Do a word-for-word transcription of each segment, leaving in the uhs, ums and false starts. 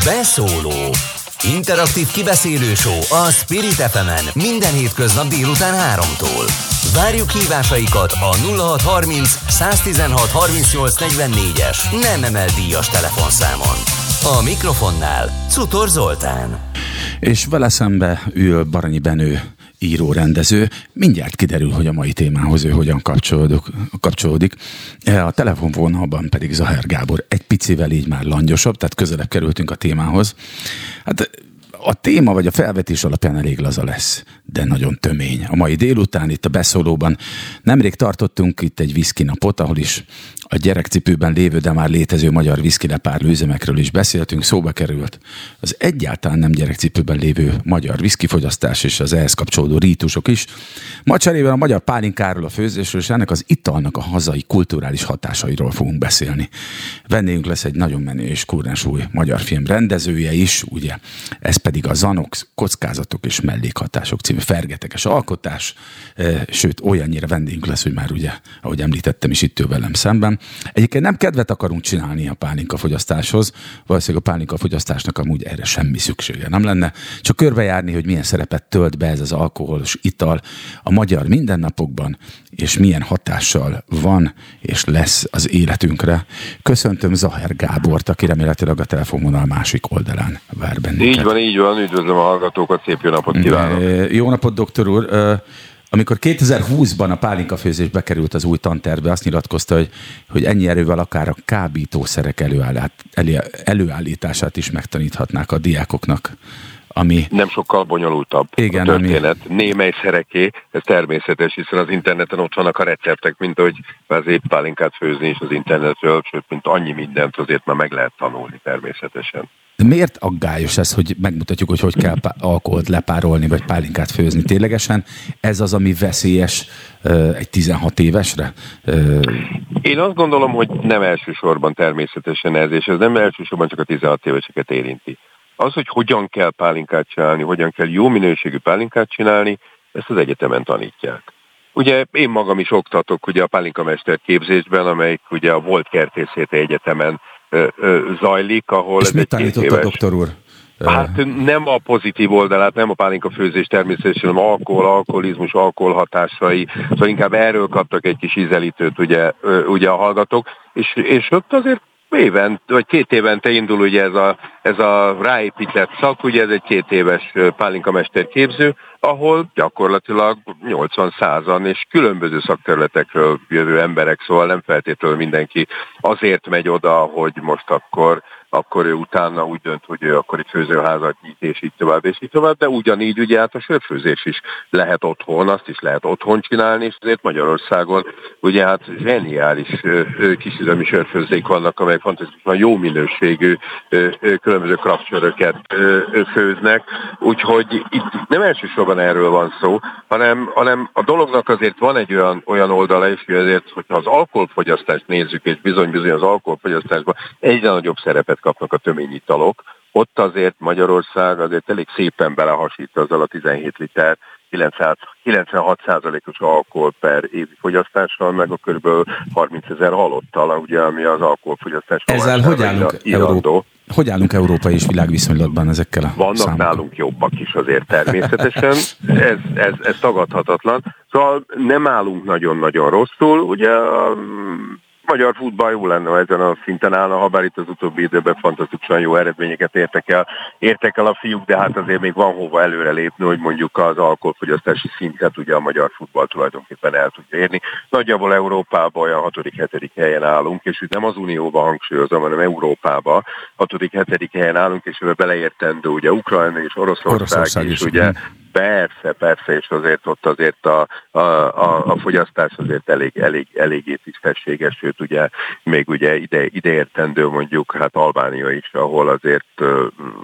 Beszóló. Interaktív kibeszélő show a Spirit ef emen minden hétköznap délután háromtól. Várjuk hívásaikat a nulla hat harminc száztizenhat harmincnyolc negyvennégyes nem emel díjas telefonszámon. A mikrofonnál Czutor Zoltán. És vele szembe ül Baranyi Benő, író-rendező. Mindjárt kiderül, hogy a mai témához ő hogyan kapcsolódik. A telefonvonalban pedig Zaher Gábor, egy picivel így már langyosabb, tehát közelebb kerültünk a témához. Hát a téma vagy a felvetés alapján elég laza lesz, de nagyon tömény. A mai délután itt a Beszólóban nemrég tartottunk itt egy viszki napot, ahol is a gyerekcipőben lévő, de már létező magyar viszkilepárló üzemekről is beszéltünk, szóba került az egyáltalán nem gyerekcipőben lévő magyar viszkifogyasztás és az ehhez kapcsolódó rítusok is. Ma cserében a magyar pálinkáról, a főzésről és ennek az italnak a hazai kulturális hatásairól fogunk beszélni. Vendégünk lesz egy nagyon menő és kúrens új magyar film rendezője is, ugye, ez pedig a Zanox, kockázatok és mellékhatások című fergeteges alkotás, e, sőt olyannyira vendégünk lesz, hogy már ugye, ahogy említettem is, itt ül velem szemben. Egyébként nem kedvet akarunk csinálni a pálinkafogyasztáshoz, valószínűleg a pálinkafogyasztásnak amúgy erre semmi szüksége nem lenne, csak körbejárni, hogy milyen szerepet tölt be ez az alkoholos ital a magyar mindennapokban, és milyen hatással van és lesz az életünkre. Köszöntöm Zaher Gábort, aki remélhetőleg a telefonvonal másik oldalán vár bennünket. Így van, így van, üdvözlöm a hallgatókat, szép jó napot kívánok! Jó napot, doktor úr! Amikor kétezer-húszban a pálinkafőzés bekerült az új tantervbe, azt nyilatkozta, hogy, hogy ennyi erővel akár a kábítószerek előállát, elő, előállítását is megtaníthatnák a diákoknak. Ami... Nem sokkal bonyolultabb. Igen, a történet. Ami... Némely szereké, ez természetes, hiszen az interneten ott vannak a receptek, mint hogy azért pálinkát főzni is az internetről, sőt, mint annyi mindent azért már meg lehet tanulni természetesen. De miért aggályos ez, hogy megmutatjuk, hogy hogy kell alkoholt lepárolni, vagy pálinkát főzni? Ténylegesen ez az, ami veszélyes uh, egy tizenhat évesre? Uh... Én azt gondolom, hogy nem elsősorban természetesen ez, és ez nem elsősorban csak a tizenhat éveseket érinti. Az, hogy hogyan kell pálinkát csinálni, hogyan kell jó minőségű pálinkát csinálni, ezt az egyetemen tanítják. Ugye én magam is oktatok ugye a pálinkamester képzésben, amelyik ugye a Volt Kertészeti Egyetemen ö, ö, zajlik, ahol... És ez mit tanított éves... a doktor úr? Hát nem a pozitív oldalát, nem a pálinkafőzés természetesen, hanem alkohol, alkoholizmus, alkoholhatásai, szóval inkább erről kaptak egy kis ízelítőt ugye, ugye a hallgatók, és, és ott azért éven, vagy két évente indul ugye ez a, ez a ráépített szak, ugye ez egy két éves pálinkamester képző, ahol gyakorlatilag nyolcvan-százan és különböző szakterületekről jövő emberek, szóval nem feltétlenül mindenki azért megy oda, hogy most akkor akkor ő utána úgy dönt, hogy ő akkor egy főzőházat nyit, és így tovább, és így tovább, de ugyanígy ugye hát a sörfőzés is lehet otthon, azt is lehet otthon csinálni, és azért Magyarországon ugye hát zseniális kisüzemi sörfőzdék vannak, amelyek fantasztikusan jó minőségű különböző kraftsöröket főznek, úgyhogy itt nem elsősorban erről van szó, hanem, hanem a dolognak azért van egy olyan, olyan oldala is, hogy azért, hogyha az alkoholfogyasztást nézzük, és bizony-bizony az alkoholfogyasztásban egyre nagyobb szerepet kapnak a töményitalok, ott azért Magyarország azért elég szépen belehasít azzal a tizenhét liter kilencvenhat százalékos alkohol per évi fogyasztással, meg a kb. harmincezer halottal, ugye, ami az alkoholfogyasztás. Ezzel hogy állunk, Európa, hogy állunk európai és világviszonylatban ezekkel a Vannak számokkal? Nálunk jobbak is azért természetesen, ez, ez, ez tagadhatatlan. Szóval nem állunk nagyon-nagyon rosszul, ugye a magyar futball jó lenne, ha ezen a szinten állna, ha bár itt az utóbbi időben fantasztikusan jó eredményeket értek el, értek el a fiúk, de hát azért még van hova előre lépni, hogy mondjuk az alkoholfogyasztási szintet ugye a magyar futball tulajdonképpen el tudja érni. Nagyjából Európában olyan hatodik-hetedik helyen állunk, és itt nem az Unióban hangsúlyozom, hanem Európában hatodik-hetedik helyen állunk, és ebbe beleértendő ugye Ukrajna és Oroszország, Oroszország is, is ugye Persze, persze, és azért ott azért a, a, a, a fogyasztás azért elég, elég, eléggé tisztességes, sőt ugye még ugye ide, ideértendő mondjuk hát Albánia is, ahol azért uh,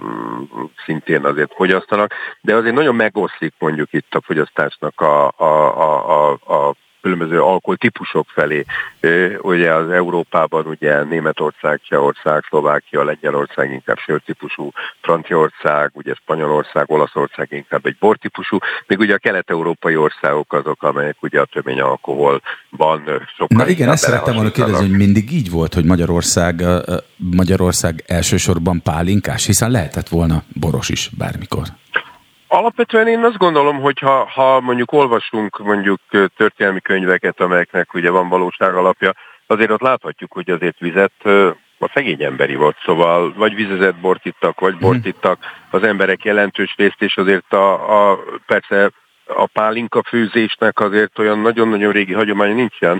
szintén azért fogyasztanak, de azért nagyon megoszlik mondjuk itt a fogyasztásnak a, a, a, a, a különböző alkoholtípusok felé. Ugye az Európában ugye Németország, Csehország, Szlovákia, Lengyelország inkább sörtípusú, Franciaország, ugye Spanyolország, Olaszország inkább egy bortípusú, még ugye a kelet-európai országok azok, amelyek ugye a tömény alkoholban sokkal. Na igen, ezt szerettem volna kérdezni, hogy mindig így volt, hogy Magyarország, Magyarország elsősorban pálinkás, hiszen lehetett volna boros is bármikor. Alapvetően én azt gondolom, hogy ha, ha mondjuk olvasunk mondjuk történelmi könyveket, amelyeknek ugye van valóság alapja, azért ott láthatjuk, hogy azért vizet a szegény emberi volt, szóval vagy vizezett bort ittak, vagy bort ittak az emberek jelentős részt, és azért a, a persze a pálinka főzésnek azért olyan nagyon-nagyon régi hagyomány nincsen,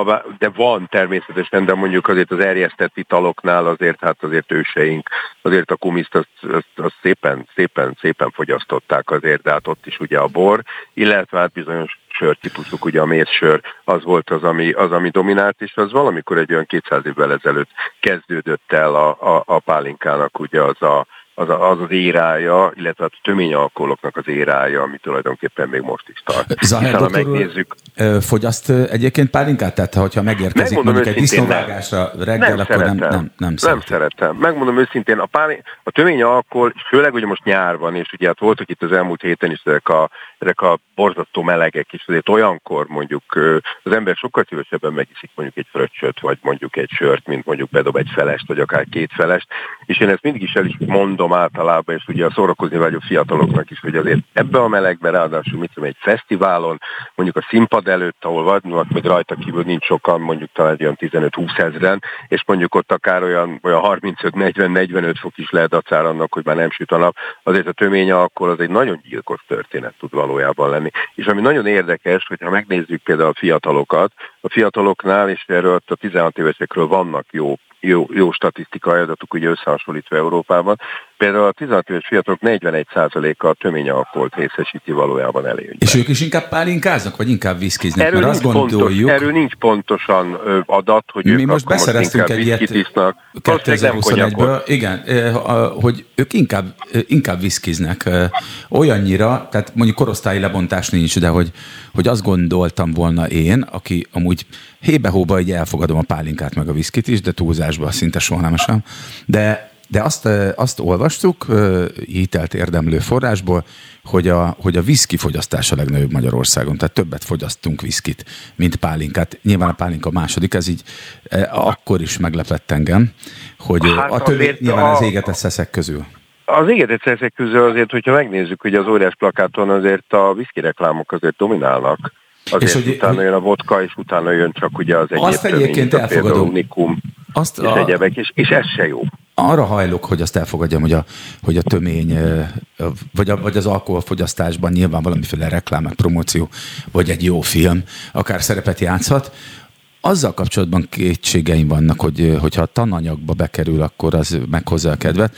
de van természetesen, de mondjuk azért az erjesztett italoknál azért, hát azért őseink, azért a kumiszt azt, azt, azt szépen, szépen, szépen fogyasztották azért, de hát ott is ugye a bor, illetve hát bizonyos sörtípusuk, ugye a mézsör, az volt az, ami, az, ami dominált, és az valamikor egy olyan kétszáz évvel ezelőtt kezdődött el a, a, a pálinkának ugye az a az az, az érája, illetve a töményalkoholoknak az érája, ami tulajdonképpen még most is tart. Zahár doktor megnézzük... fogyaszt egyébként pálinkát? Tehát, hogyha megérkezik Megmondom mondjuk egy disznóvágásra reggel, nem akkor szeretem. nem, nem, nem, nem szeretem. Megmondom őszintén, a, pálin... a töményalkohol, főleg ugye most nyár van, és ugye hát voltak itt az elmúlt héten is ezek a, ezek a borzasztó melegek, és azért olyankor mondjuk az ember sokkal szívesebben megiszik mondjuk egy fröccsöt, vagy mondjuk egy sört, mint mondjuk bedob egy felest, vagy akár két felest, és én ezt mindig is el is mondom általában, és ugye a szórakozni vágyó fiataloknak is, hogy azért ebbe a melegbe, ráadásul mit tudom, egy fesztiválon, mondjuk a színpad előtt, ahol vannak, még rajta kívül nincs sokan, mondjuk talán olyan tizenöt-húsz ezren, és mondjuk ott akár olyan, olyan harmincöt-negyven-negyvenöt fok is lehet dacára annak, hogy már nem süt a nap, azért a töményalkohol az egy nagyon gyilkos történet tud valójában lenni. És ami nagyon érdekes, hogyha megnézzük például a fiatalokat, a fiataloknál, és erről a tizenhat évesekről vannak jó Jó, jó statisztikai adatok, ugye összehasonlítva Európában. Például a tizenhat éves fiatalok negyvenegy százaléka a töményalkoholt részesíti valójában előnyben. És ők is inkább pálinkáznak, vagy inkább viszkiznek? Erről, mert nincs azt gondoljuk, pontos, erről nincs pontosan ö, adat, hogy mi ők most akkor beszereztünk most egy ilyet kétezer-huszonegyből, igen, hogy ők inkább, inkább viszkiznek olyannyira, tehát mondjuk korosztályi lebontás nincs, de hogy, hogy azt gondoltam volna én, aki amúgy hébe-hóba így elfogadom a pálinkát meg a viszkit is, de túlzásba szinte soha nem esem. De, de azt, azt olvastuk hitelt érdemlő forrásból, hogy a, hogy a viszki fogyasztás a legnagyobb Magyarországon, tehát többet fogyasztunk viszkit, mint pálinkát. Nyilván a pálinka második, ez így akkor is meglepett engem, hogy hát a többi nyilván a... az égetett szeszek közül. Az égetett szeszek közül azért, hogyha megnézzük, hogy az óriás plakáton azért a viszki reklámok azért dominálnak. Azért és hogy, utána jön a vodka, és utána jön csak ugye az egyéb azt egyébként elfogadom. Unikum, azt és a... egyebek, és, és ez se jó. Arra hajlok, hogy azt elfogadjam, hogy a, hogy a tömény, vagy, a, vagy az alkoholfogyasztásban nyilván valamiféle reklám, meg promóció, vagy egy jó film akár szerepet játszhat. Azzal kapcsolatban kétségeim vannak, hogy hogyha a tananyagba bekerül, akkor az meghozza a kedvet.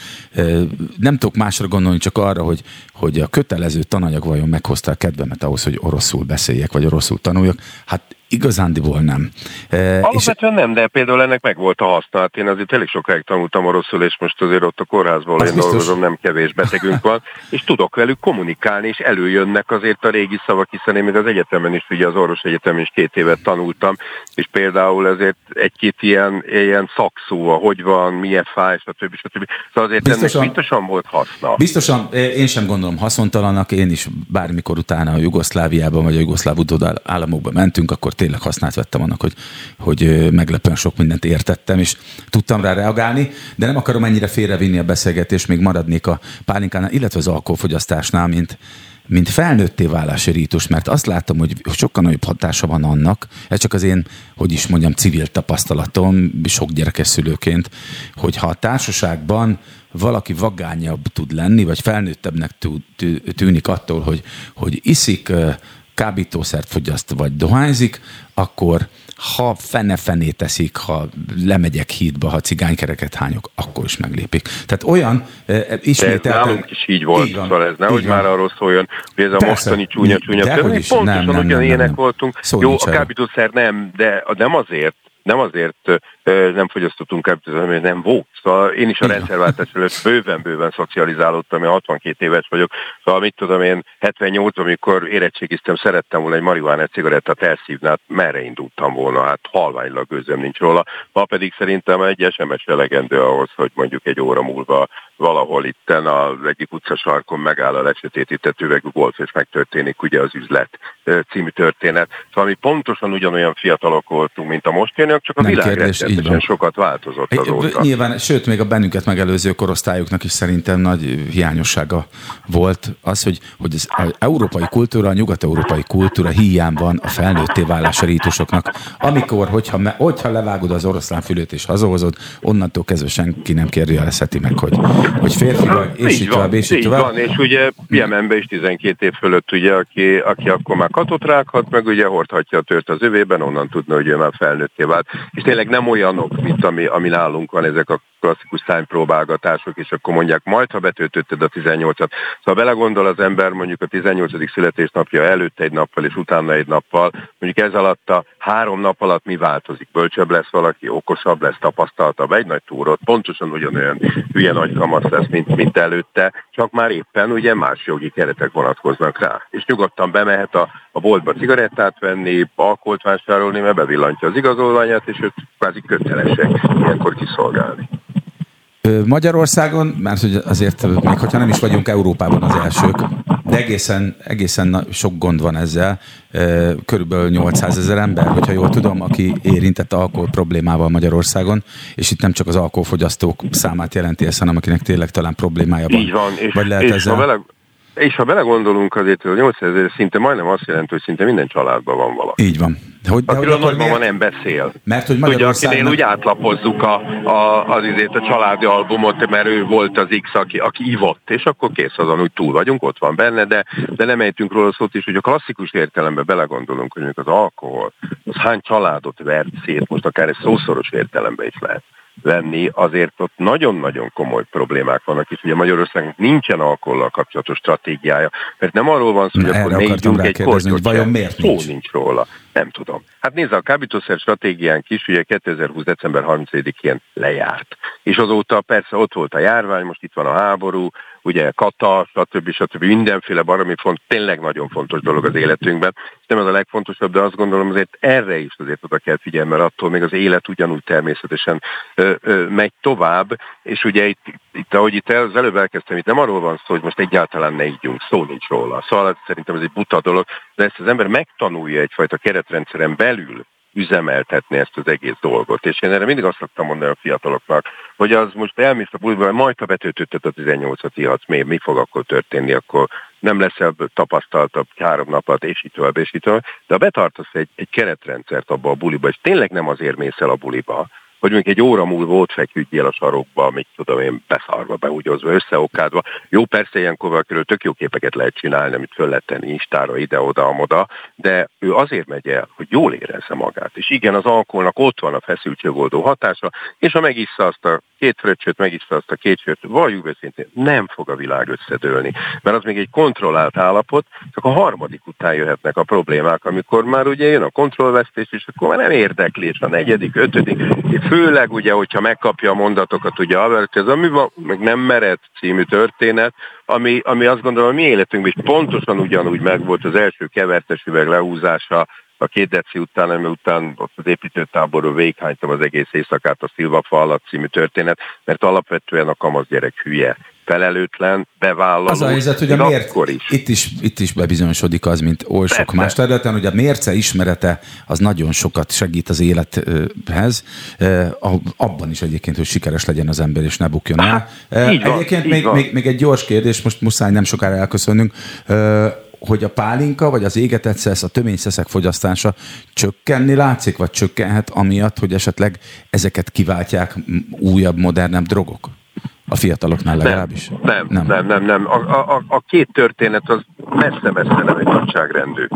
Nem tudok másra gondolni, csak arra, hogy, hogy a kötelező tananyag vajon meghozta a kedvemet ahhoz, hogy oroszul beszéljek, vagy oroszul tanuljak. Hát igazándiból nem. Alapvetően és... nem, de például ennek meg volt a használat. Én azért elég sokáig tanultam oroszul, és most azért ott a kórházból én dolgozom, nem kevés betegünk van, és tudok velük kommunikálni, és előjönnek azért a régi szavak, hiszen én még az egyetemen is, ugye az orvos egyetemen is két évet tanultam, és például ezért egy-két ilyen, ilyen szakszó, hogy van, milyen fáj, stb. stb. Szóval azért biztosan, ennek biztosan volt haszna. Biztosan, én sem gondolom haszontalannak, én is bármikor utána a Jugoszláviában, vagy a jugoszláv utódal államokba mentünk, akkor tényleg hasznát vettem annak, hogy, hogy meglepően sok mindent értettem, és tudtam rá reagálni, de nem akarom ennyire félrevinni a beszélgetést, még maradnék a pálinkánál, illetve az alkoholfogyasztásnál, mint, mint felnőtté válási rítus, mert azt látom, hogy sokkal nagyobb hatása van annak, ez csak az én, hogy is mondjam, civil tapasztalatom, sok gyerekes szülőként, hogyha a társaságban valaki vagányabb tud lenni, vagy felnőttebbnek tűnik attól, hogy, hogy iszik, kábítószert fogyaszt, vagy dohányzik, akkor ha fene-fené teszik, ha lemegyek hídba, ha cigánykereket hányok, akkor is meglépik. Tehát olyan e, ismételten... Ez nálunk is így volt, így van, szóval ez nehogy már arról szóljon, hogy ez a persze, mostani csúnya-csúnya. Pontosan ugyan ilyenek voltunk. Szó jó, a kábítószer nem, de nem azért, nem azért nem fogyasztottunk kábítószert, mert nem volt. Szóval én is a rendszerváltás előtt bőven-bőven szocializálódtam, én hatvankét éves vagyok, szóval mit tudom én, hetvennyolc, amikor érettségiztem, szerettem volna egy marihuánát cigarettát elszívni, hát merre indultam volna, hát halványlag gőzöm nincs róla. Ma pedig szerintem egy es em es elegendő ahhoz, hogy mondjuk egy óra múlva valahol itten az egyik utcasarkon megáll a lesötétített üvegű golf, és megtörténik ugye az üzlet című történet. Szóval mi pontosan ugyanolyan fiatalok voltunk, mint a mostaniak, csak a Nem világ kérdés, rettenetesen sokat változott azóta. Nyilván, sőt, még a bennünket megelőző korosztályoknak is szerintem nagy hiányossága volt az, hogy, hogy az európai kultúra, a nyugat-európai kultúra hiány van a felnőtté válása rítusoknak. Amikor, hogyha, hogyha levágod az oroszlánfülét és hazahozod, onnantól kezdve senki nem kérdőjelezheti meg, hogy, hogy férfi vagy, és így tovább, és így tovább. Van, és ugye Jemenben is tizenkét év fölött, ugye, aki, aki akkor már katot rághat, meg ugye hordhatja a tört az övében, onnan tudna, hogy ő már felnőtté vált. És tényleg nem olyanok, mint ami, ami nálunk van, ezek a klasszikus szárnypróbálgatások, és akkor mondják, majd ha betöltötted a tizennyolcat. Szóval belegondol az ember mondjuk a tizennyolcadik születésnapja előtt egy nappal, és utána egy nappal, mondjuk ez alatt a három nap alatt mi változik? Bölcsebb lesz valaki, okosabb lesz, tapasztaltabb, egy nagy túrot, pontosan ugyanolyan hülye nagy kamasz lesz, mint, mint előtte, csak már éppen ugye más jogi keretek vonatkoznak rá. És nyugodtan bemehet a, a boltba cigarettát venni, alkoholt vásárolni, mert bevillantja az igazolványát, és őt kvázi kötelesek ilyenkor kiszolgálni. Magyarországon, mert hogy azért, még hogyha nem is vagyunk Európában az elsők, de egészen, egészen sok gond van ezzel. Körülbelül nyolcszázezer ember, hogyha jól tudom, aki érintett alkohol problémával Magyarországon, és itt nem csak az alkoholfogyasztók számát jelenti ez, hanem akinek tényleg talán problémája van. Így van, és, Vagy lehet és ezzel... ha vele... És ha belegondolunk, azért a nyolcszázezer szinte majdnem azt jelenti, hogy szinte minden családban van valaki. Így van. Hogy, akiről a nagymama nem beszél. Mert hogy Magyarországon... Ugye, akinél úgy átlapozzuk a, a, az izét, a családi albumot, mert ő volt az X, aki, aki ivott, és akkor kész azon, úgy túl vagyunk, ott van benne, de, de nem ejtünk róla szót is, hogy a klasszikus értelemben belegondolunk, hogy az alkohol, az hány családot vert szét, most akár egy szószoros értelemben is lehet venni, azért ott nagyon-nagyon komoly problémák vannak, és ugye Magyarországnak nincsen alkohollal kapcsolatos stratégiája, mert nem arról van szó, hogy akkor ne ígyunk egy kortyot, vajon miért szó nincs? nincs róla. Nem tudom. Hát nézd, a kábítószer stratégiánk is ugye kétezer-húsz. december harmincadikán lejárt. És azóta persze ott volt a járvány, most itt van a háború, ugye Kata, stb. stb. Mindenféle baromi font, tényleg nagyon fontos dolog az életünkben. Nem az a legfontosabb, de azt gondolom azért erre is azért oda kell figyelni, mert attól még az élet ugyanúgy természetesen ö, ö, megy tovább, és ugye itt, itt ahogy itt az előbb elkezdtem, itt nem arról van szó, hogy most egyáltalán ne ígyunk, szó nincs róla. Szóval szerintem ez egy buta dolog, de ezt az ember megtanulja egyfajta keretrendszeren belül üzemeltetni ezt az egész dolgot. És én erre mindig azt szoktam mondani a fiataloknak, hogy az most elmész a buliba, majd ha betöltötted a tizennyolcat ihatsz, mi, mi fog akkor történni, akkor nem leszel tapasztaltabb három nap alatt, és így tovább, és így tovább. De ha betartasz egy, egy keretrendszert abba a buliba, és tényleg nem azért mész el a buliba, hogy mondjuk egy óra múlva ott feküdjél a sarokba, mit tudom én, beszarva, beúgyozva, összeokádva. Jó, persze ilyenkor valakiről tök jó képeket lehet csinálni, amit föl lehet tenni Instára, ide-oda, amoda, de ő azért megy el, hogy jól érezze magát. És igen, az alkoholnak ott van a feszültségoldó hatása, és ha megissza azt a két fröccsöt, megissza azt a két sört, valljuk őszintén, nem fog a világ összedőlni. Mert az még egy kontrollált állapot, csak a harmadik után jöhetnek a problémák, amikor már ugye jön a kontrollvesztés, és akkor már nem érdekli, és a negyedik, ötödik, főleg ugye, hogyha megkapja a mondatokat, ugye, ez ami van, meg nem mered című történet, ami, ami azt gondolom, a mi életünkben is pontosan ugyanúgy megvolt az első kevertes üveg lehúzása, a két deci után, ami után ott az építőtáborról végighánytam az egész éjszakát a Szilvafa alatt című történet, mert alapvetően a kamasz gyerek hülye, felelőtlen, bevállaló. Az a helyzet, hogy a mérc, is. Itt, is, itt is bebizonyosodik az, mint oly sok Persze. más területen, hogy a mérce ismerete az nagyon sokat segít az élethez, abban is egyébként, hogy sikeres legyen az ember, és ne bukjon el. Egyébként még, még, még egy gyors kérdés, most muszáj nem sokára elköszönnünk, hogy a pálinka, vagy az égetett szesz, a töményszeszek fogyasztása csökkenni látszik, vagy csökkenhet amiatt, hogy esetleg ezeket kiváltják újabb, modernebb drogok? A fiataloknál legalábbis? Nem, nem, nem, nem. nem. A, a, a két történet az messze-messze nem egy nagyságrendű.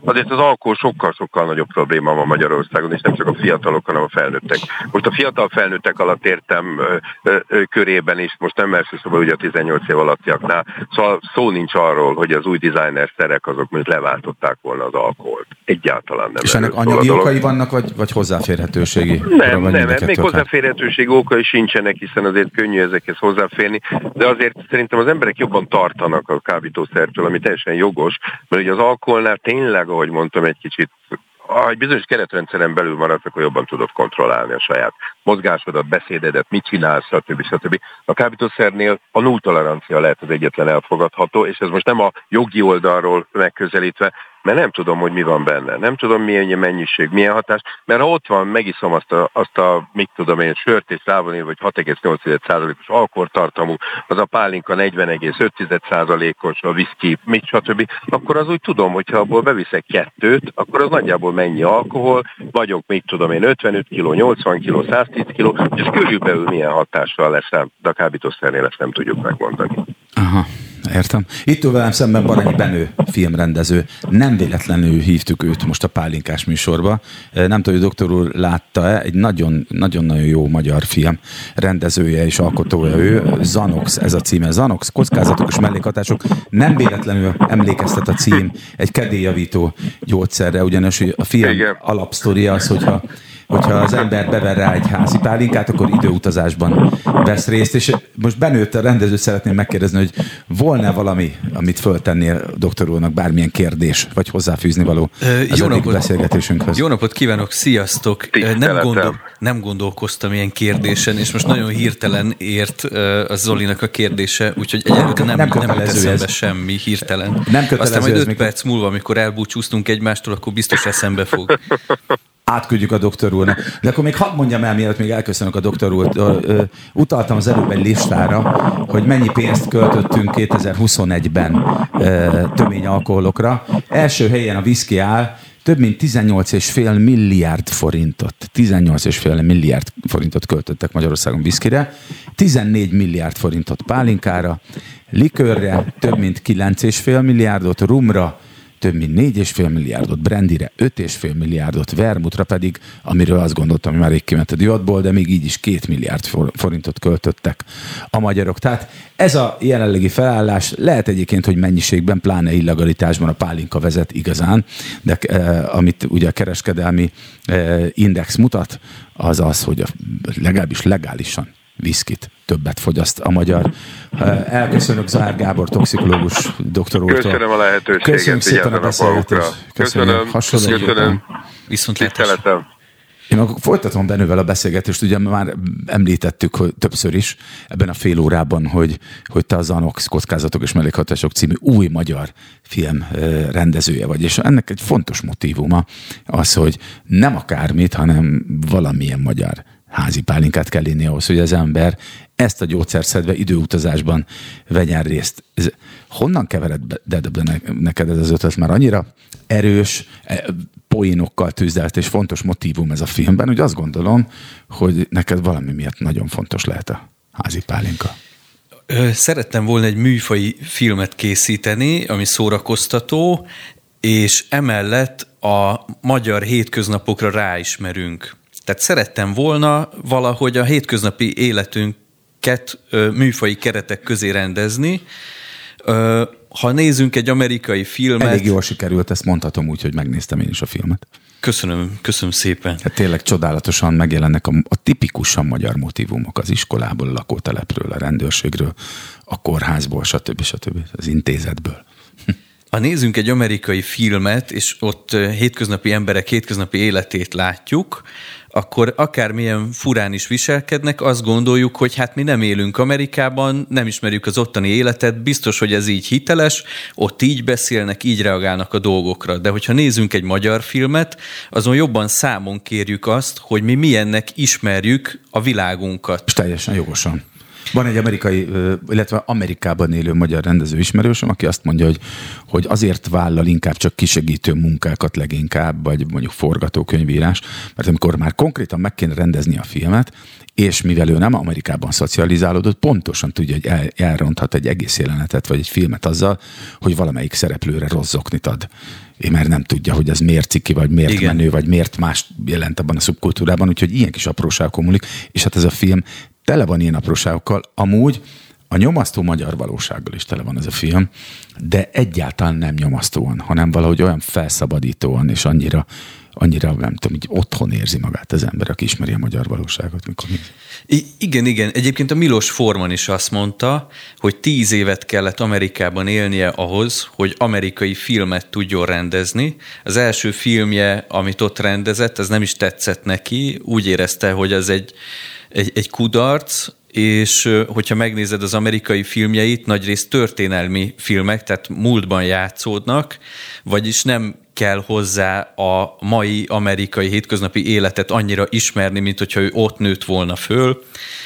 azért az alkohol sokkal-sokkal nagyobb probléma van Magyarországon, és nem csak a fiatalok, hanem a felnőttek. Most a fiatal felnőttek alatt értem ö, ö, ö, körében is, most nem elsősorban ugye a tizennyolc év alattiaknál, szóval szó nincs arról, hogy az új designer szerek azok mint leváltották volna az alkoholt. Egyáltalán nem. És ennek anyagi okai vannak, vagy, vagy hozzáférhetőségi? Nem, nem, nem még hozzáférhetőségi okai sincsenek, hiszen azért könnyű ezekhez hozzáférni, de azért szerintem az emberek jobban tartanak a kábítószertől, ami teljesen jogos, mert ugye az alkoholnál tényleg, ahogy mondtam, egy kicsit, ha egy bizonyos keretrendszeren belül maradsz, akkor jobban tudod kontrollálni a saját mozgásodat, beszédedet, mit csinálsz, stb. stb. A kábítószernél a null tolerancia lehet az egyetlen elfogadható, és ez most nem a jogi oldalról megközelítve, mert nem tudom, hogy mi van benne. Nem tudom, milyen mennyiség, milyen hatás, mert ha ott van, megiszom azt a, azt a mit tudom én, sört és rávon vagy hat egész nyolc százalékos alkoholtartalmú, az a pálinka negyven egész öt százalékos, a viszki, mit stb., akkor az úgy tudom, hogy ha abból beviszek kettőt, akkor az nagyjából mennyi alkohol, vagyok, mit tudom én, ötvenöt kiló, nyolcvan kiló, száztíz kiló, és körülbelül milyen hatással lesz rám, de a kábítószernél ezt nem tudjuk megmondani. Aha. Értem. Itt ül velem szemben Baranyi Benő filmrendező. Nem véletlenül hívtuk őt most a Pálinkás műsorba. Nem tudom, hogy doktor úr látta-e, egy nagyon-nagyon jó magyar film rendezője és alkotója ő. Zanox, ez a címe. Zanox, kockázatok és mellékhatások. Nem véletlenül emlékeztet a cím egy kedélyjavító gyógyszerre, ugyanis a film Igen. alapsztoria az, hogyha hogyha az ember bever rá egy házi pálinkát, akkor időutazásban vesz részt, és most Benőt a rendező szeretném megkérdezni, hogy volna valami, amit föltennél doktor úrnak, bármilyen kérdés, vagy hozzáfűzni való az eddig beszélgetésünkhöz. Jó napot kívánok, sziasztok! Nem, gondol, nem gondolkoztam ilyen kérdésen, és most nagyon hirtelen ért a Zolinak a kérdése, úgyhogy egyelőre nem, nem, nem eszembe semmi hirtelen. Nem Aztán majd öt perc múlva, amikor elbúcsúztunk egymástól, akkor biztos eszembe fog. Átküldjük a doktor úrnak. De akkor még hadd mondjam el, mielőtt még elköszönök a doktor úr. Utaltam az előbb egy listára, hogy mennyi pénzt költöttünk kétezer-huszonegyben tömény alkoholokra. Első helyen a viszki áll, több mint tizennyolc egész öt milliárd forintot. tizennyolc egész öt milliárd forintot költöttek Magyarországon viszkire, tizennégy milliárd forintot pálinkára, likőrre több mint kilenc egész öt milliárdot, rumra több mint négy egész öt milliárdot, brandire öt egész öt milliárdot, vermutra pedig, amiről azt gondoltam, hogy már rég kiment a divatból, de még így is két milliárd forintot költöttek a magyarok. Tehát ez a jelenlegi felállás, lehet egyébként, hogy mennyiségben, pláne illegalitásban a pálinka vezet igazán, de eh, amit ugye a kereskedelmi eh, index mutat, az az, hogy a, legalábbis legálisan viszkit többet fogyaszt a magyar. Elköszönök Zahár Gábor toxikológus doktor úrtól. Köszönöm a lehetőséget. Köszönjük szépen a beszélgetést. Köszönöm. Hasonló. Köszönöm. Viszontlátásra. Én akkor folytatom Benővel a beszélgetést, ugye már említettük hogy többször is ebben a fél órában, hogy, hogy te a Zanox, kockázatok és mellékhatások című új magyar film rendezője vagy, és ennek egy fontos motívuma az, hogy nem akármit, hanem valamilyen magyar házi pálinkát kell inni ahhoz, hogy az ember ezt a gyógyszert szedve időutazásban vegyen részt. Ez, honnan kevered be neked ez az ötlet? Már annyira erős, poénokkal tűzdelt és fontos motívum ez a filmben, hogy azt gondolom, hogy neked valami miatt nagyon fontos lehet a házi pálinka. Szerettem volna egy műfaji filmet készíteni, ami szórakoztató, és emellett a magyar hétköznapokra ráismerünk. Tehát szerettem volna valahogy a hétköznapi életünket műfaji keretek közé rendezni. Ha nézzünk egy amerikai filmet... Elég jól sikerült, ezt mondhatom úgy, hogy megnéztem én is a filmet. Köszönöm, köszönöm szépen. Hát tényleg csodálatosan megjelennek a, a tipikusan magyar motívumok az iskolából, a lakótelepről, a rendőrségről, a kórházból, stb. stb. Az intézetből. Ha nézzünk egy amerikai filmet, és ott hétköznapi emberek hétköznapi életét látjuk, akkor akármilyen furán is viselkednek, azt gondoljuk, hogy hát mi nem élünk Amerikában, nem ismerjük az ottani életet, biztos, hogy ez így hiteles, ott így beszélnek, így reagálnak a dolgokra. De hogyha nézzünk egy magyar filmet, azon jobban számon kérjük azt, hogy mi milyennek ismerjük a világunkat. És teljesen jogosan. Van egy amerikai, illetve Amerikában élő magyar rendező ismerősöm, aki azt mondja, hogy, hogy azért vállal inkább csak kisegítő munkákat leginkább, vagy mondjuk forgatókönyvírás, mert amikor már konkrétan meg kéne rendezni a filmet, és mivel ő nem Amerikában szocializálódott, pontosan tudja, hogy el, elronthat egy egész jelenetet, vagy egy filmet azzal, hogy valamelyik szereplőre rossz zoknit ad. Én már nem tudja, hogy ez miért ciki, vagy miért Igen. menő, vagy miért más jelent abban a szubkultúrában, úgyhogy ilyen kis apróságokon múlik, és hát ez a film tele van ilyen apróságokkal. Amúgy a nyomasztó magyar valósággal is tele van ez a film, de egyáltalán nem nyomasztóan, hanem valahogy olyan felszabadítóan, és annyira, annyira nem tudom, így otthon érzi magát az ember, aki ismeri a magyar valóságot. Mikor I- igen, igen. Egyébként a Milos Forman is azt mondta, hogy tíz évet kellett Amerikában élnie ahhoz, hogy amerikai filmet tudjon rendezni. Az első filmje, amit ott rendezett, az nem is tetszett neki. Úgy érezte, hogy az egy, egy, egy kudarc, és hogyha megnézed az amerikai filmjeit, nagyrészt történelmi filmek, tehát múltban játszódnak, vagyis nem kell hozzá a mai amerikai hétköznapi életet annyira ismerni, mint hogyha ő ott nőtt volna föl.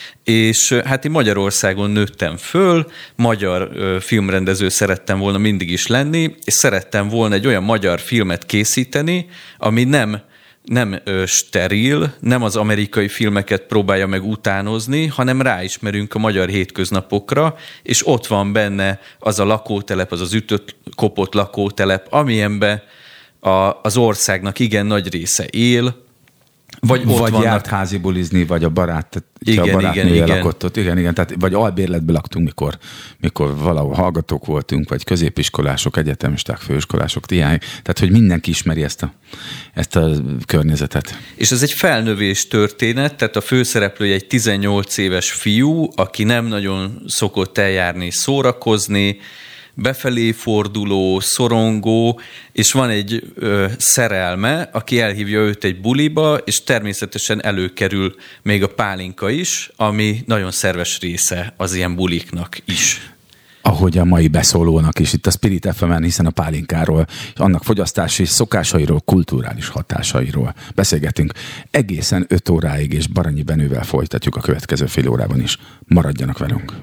És hát én Magyarországon nőttem föl, magyar filmrendező szerettem volna mindig is lenni, és szerettem volna egy olyan magyar filmet készíteni, ami nem nem ö, steril, nem az amerikai filmeket próbálja meg utánozni, hanem ráismerünk a magyar hétköznapokra, és ott van benne az a lakótelep, az az ütött, kopott lakótelep, amilyenben a, az országnak igen nagy része él, vagy, ott vagy vannak... járt házi bulizni, vagy a barát, igen, a barátnője igen, lakott ott. Igen, igen, tehát, vagy albérletben laktunk, mikor, mikor valahol hallgatók voltunk, vagy középiskolások, egyetemisták, főiskolások, diák. Tehát, hogy mindenki ismeri ezt a, ezt a környezetet. És ez egy felnövés történet, tehát a főszereplője egy tizennyolc éves fiú, aki nem nagyon szokott eljárni, szórakozni, befelé forduló, szorongó, és van egy ö, szerelme, aki elhívja őt egy buliba, és természetesen előkerül még a pálinka is, ami nagyon szerves része az ilyen buliknak is. Ahogy a mai beszólónak is, itt a Spirit ef emen, hiszen a pálinkáról, és annak fogyasztási szokásairól, kulturális hatásairól beszélgetünk egészen öt óráig, és Baranyi Benővel folytatjuk a következő fél órában is. Maradjanak velünk!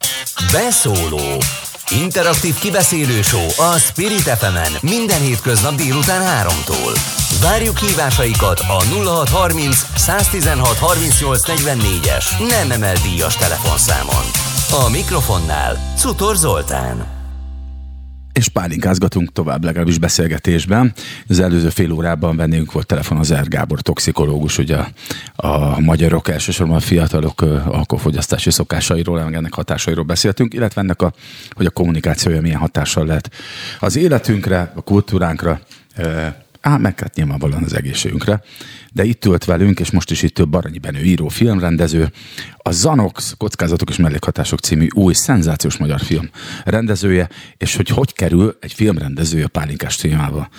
Beszóló. Interaktív kibeszélő show a Spirit ef emen minden hétköznap délután háromtól. Várjuk hívásaikat a nulla hat harminc száztizenhat harmincnyolc negyvennégyes nem emel díjas telefonszámon. A mikrofonnál Cutor Zoltán. És pálinkázgatunk tovább, legalábbis beszélgetésben. Az előző fél órában vendégünk volt telefon az Er Gábor toxikológus, ugye a, a magyarok, elsősorban a fiatalok alkoholfogyasztási szokásairól, ennek hatásairól beszéltünk, illetve ennek a, hogy a kommunikációja milyen hatással lehet az életünkre, a kultúránkra, á, meg hát nyilvánvalóan az egészségünkre. De itt ült velünk, és most is itt ül Baranyi Benő író, filmrendező, a Zanox, Kockázatok és mellékhatások című új szenzációs magyar film rendezője, és hogy hogy kerül egy filmrendezője a pálinkás témába.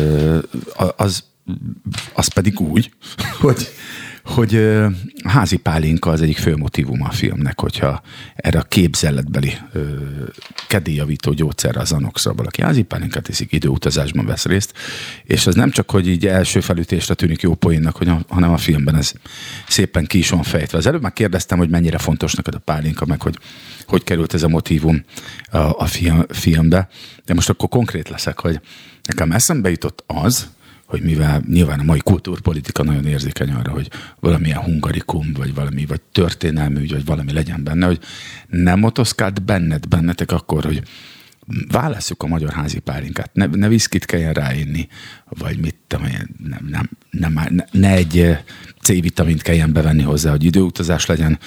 Az, az pedig úgy, hogy, hogy házi pálinka az egyik fő motívuma a filmnek, hogyha erre a képzeletbeli kedélyjavító gyógyszerre, a Zanoxra valaki házi pálinkát iszik, időutazásban vesz részt, és ez nem csak, hogy így első felütésre tűnik jó poénnak, hogy a, hanem a filmben ez szépen ki is van fejtve. Az előbb már kérdeztem, hogy mennyire fontos neked a pálinka, meg hogy hogy került ez a motívum a, a film, filmbe, de most akkor konkrét leszek, hogy nekem eszembe jutott az, hogy mivel nyilván a mai kultúrpolitika nagyon érzékeny arra, hogy valamilyen hungarikum, vagy valami, vagy történelmű ügy, vagy valami legyen benne, hogy nem motoszkált benned, bennetek akkor, hogy válasszuk a magyar házi pálinkát, ne, ne viszkit kelljen ráinni, vagy mit tudom, nem, nem, nem, ne, ne egy C-vitamint kelljen bevenni hozzá, hogy időutazás legyen,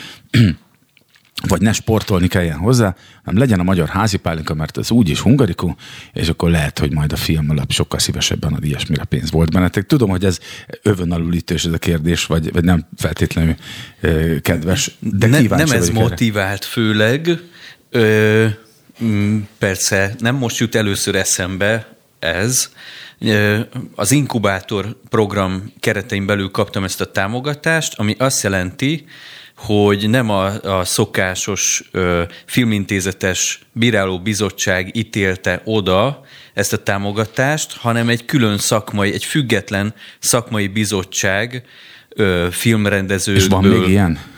vagy ne sportolni kelljen hozzá, hanem legyen a magyar házi pálinka, mert ez úgyis hungarikum, és akkor lehet, hogy majd a film alap sokkal szívesebben ad ilyesmire pénz volt bennetek. Tudom, hogy ez övön alulítős ez a kérdés, vagy, vagy nem feltétlenül ö, kedves, de ne, kíváncsi nem ez erre. motivált főleg. Ö, persze nem most jut először eszembe ez. Az inkubátor program keretein belül kaptam ezt a támogatást, ami azt jelenti, hogy nem a, a szokásos ö, filmintézetes bírálóbizottság ítélte oda ezt a támogatást, hanem egy külön szakmai, egy független szakmai bizottság ö, filmrendezőkből. És van még ilyen?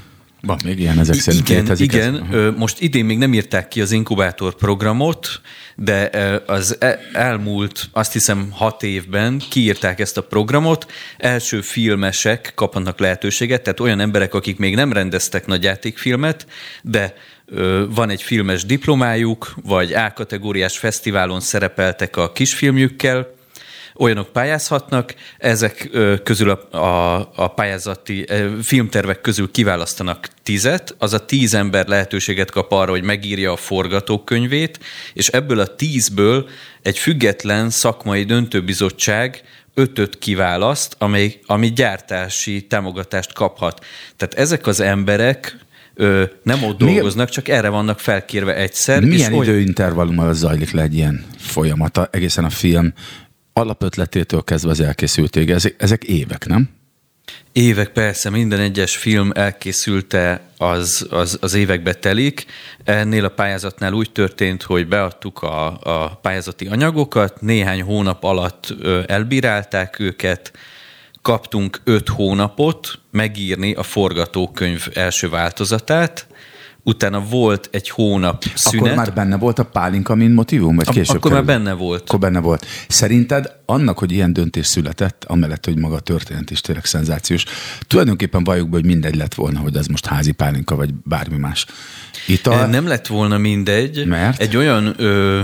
Van még ilyen ezek szerint igen, létezik. Igen, ez? Most idén még nem írták ki az inkubátor programot, de az elmúlt, azt hiszem, hat évben kiírták ezt a programot, első filmesek kapnak lehetőséget, tehát olyan emberek, akik még nem rendeztek nagyjátékfilmet, de van egy filmes diplomájuk, vagy A-kategóriás fesztiválon szerepeltek a kisfilmjükkel, olyanok pályázhatnak, ezek közül a, a, a pályázati filmtervek közül kiválasztanak tízet, az a tíz ember lehetőséget kap arra, hogy megírja a forgatókönyvét, és ebből a tízből egy független szakmai döntőbizottság ötöt kiválaszt, amely, ami gyártási támogatást kaphat. Tehát ezek az emberek Ö, nem ott dolgoznak, csak erre vannak felkérve egyszer. Milyen és időintervallummal zajlik le egy ilyen folyamata, egészen a film alapötletétől kezdve az elkészültéig? Ezek, ezek évek, nem? Évek, persze, minden egyes film elkészülte az, az, az évekbe telik. Ennél a pályázatnál úgy történt, hogy beadtuk a, a pályázati anyagokat, néhány hónap alatt elbírálták őket, kaptunk öt hónapot megírni a forgatókönyv első változatát, utána volt egy hónap szünet. Akkor már benne volt a pálinka, mint motivum? Vagy később Akkor kerül? már benne volt. Akkor benne volt. Szerinted annak, hogy ilyen döntés született, amellett, hogy maga a történet is tényleg szenzációs, tulajdonképpen valljuk be, hogy mindegy lett volna, hogy az most házi pálinka, vagy bármi más ital. Nem lett volna mindegy. Mert? Egy olyan... Ö,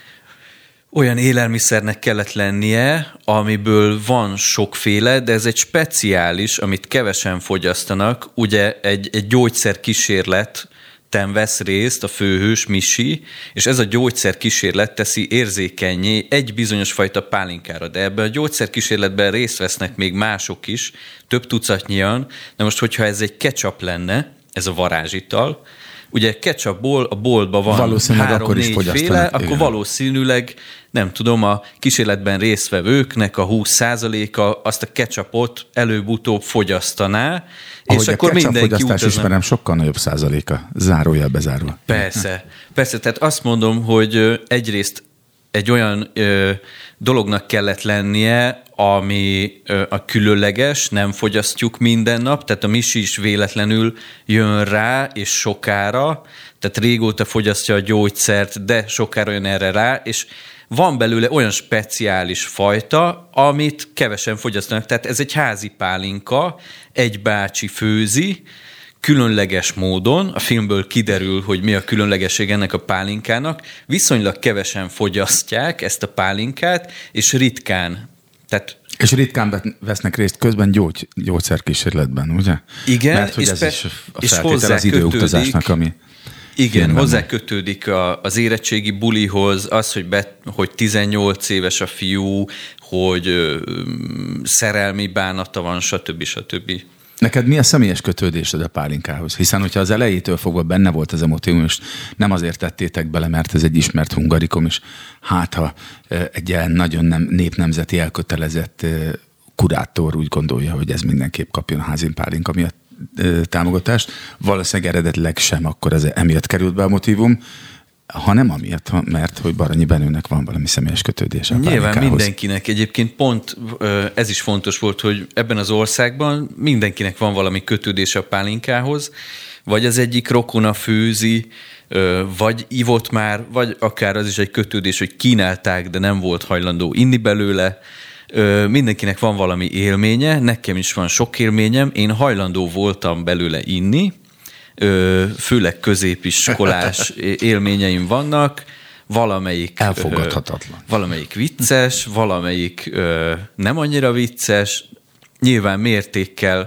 Olyan élelmiszernek kellett lennie, amiből van sokféle, de ez egy speciális, amit kevesen fogyasztanak. Ugye egy, egy gyógyszerkísérleten vesz részt a főhős Misi, és ez a gyógyszerkísérlet teszi érzékennyé egy bizonyos fajta pálinkára. De ebben a gyógyszerkísérletben részt vesznek még mások is, több tucatnyian. De most, hogyha ez egy ketchup lenne, ez a varázsital, ugye ketchupból a boltban van három-négy féle, akkor igen. Valószínűleg, nem tudom, a kísérletben résztvevőknek a húsz százaléka azt a ketchupot előbb-utóbb fogyasztaná, ahogy és akkor mindenki fogyasztás ismerem, sokkal nagyobb százaléka, zárójel bezárva. Persze, persze, tehát azt mondom, hogy egyrészt egy olyan ö, dolognak kellett lennie, ami ö, a különleges, nem fogyasztjuk minden nap, tehát a Misi is véletlenül jön rá, és sokára, tehát régóta fogyasztja a gyógyszert, de sokára jön erre rá, és van belőle olyan speciális fajta, amit kevesen fogyasztanak. Tehát ez egy házi pálinka, egy bácsi főzi, különleges módon, a filmből kiderül, hogy mi a különlegesség ennek a pálinkának, viszonylag kevesen fogyasztják ezt a pálinkát, és ritkán. Tehát és ritkán vesznek részt közben gyógy, gyógyszerkísérletben, ugye? Igen, mert hogy és, ez pe- is a és feltétel az időutazásnak, ami... Igen, hozzá kötődik a, az érettségi bulihoz, az, hogy, be, hogy tizennyolc éves a fiú, hogy ö, szerelmi bánata van, stb. stb. Neked mi a személyes kötődésed a pálinkához? Hiszen, hogyha az elejétől fogva benne volt az emotívum, és nem azért tettétek bele, mert ez egy ismert hungarikum, és hát ha egy ilyen nagyon nem, népnemzeti elkötelezett kurátor úgy gondolja, hogy ez mindenképp kapjon a házin pálinka miatt támogatást, valószínűleg eredetileg sem, akkor ez emiatt került be a motívum, hanem amiatt, mert hogy Baranyi Benőnek van valami személyes kötődése a pálinkához. Nyilván mindenkinek. Egyébként pont ez is fontos volt, hogy ebben az országban mindenkinek van valami kötődése a pálinkához, vagy az egyik rokona főzi, vagy ivott már, vagy akár az is egy kötődés, hogy kínálták, de nem volt hajlandó inni belőle. Mindenkinek van valami élménye, nekem is van sok élményem, én hajlandó voltam belőle inni, főleg középiskolás élményeim vannak, valamelyik elfogadhatatlan. Valamelyik vicces, valamelyik ö, nem annyira vicces, nyilván mértékkel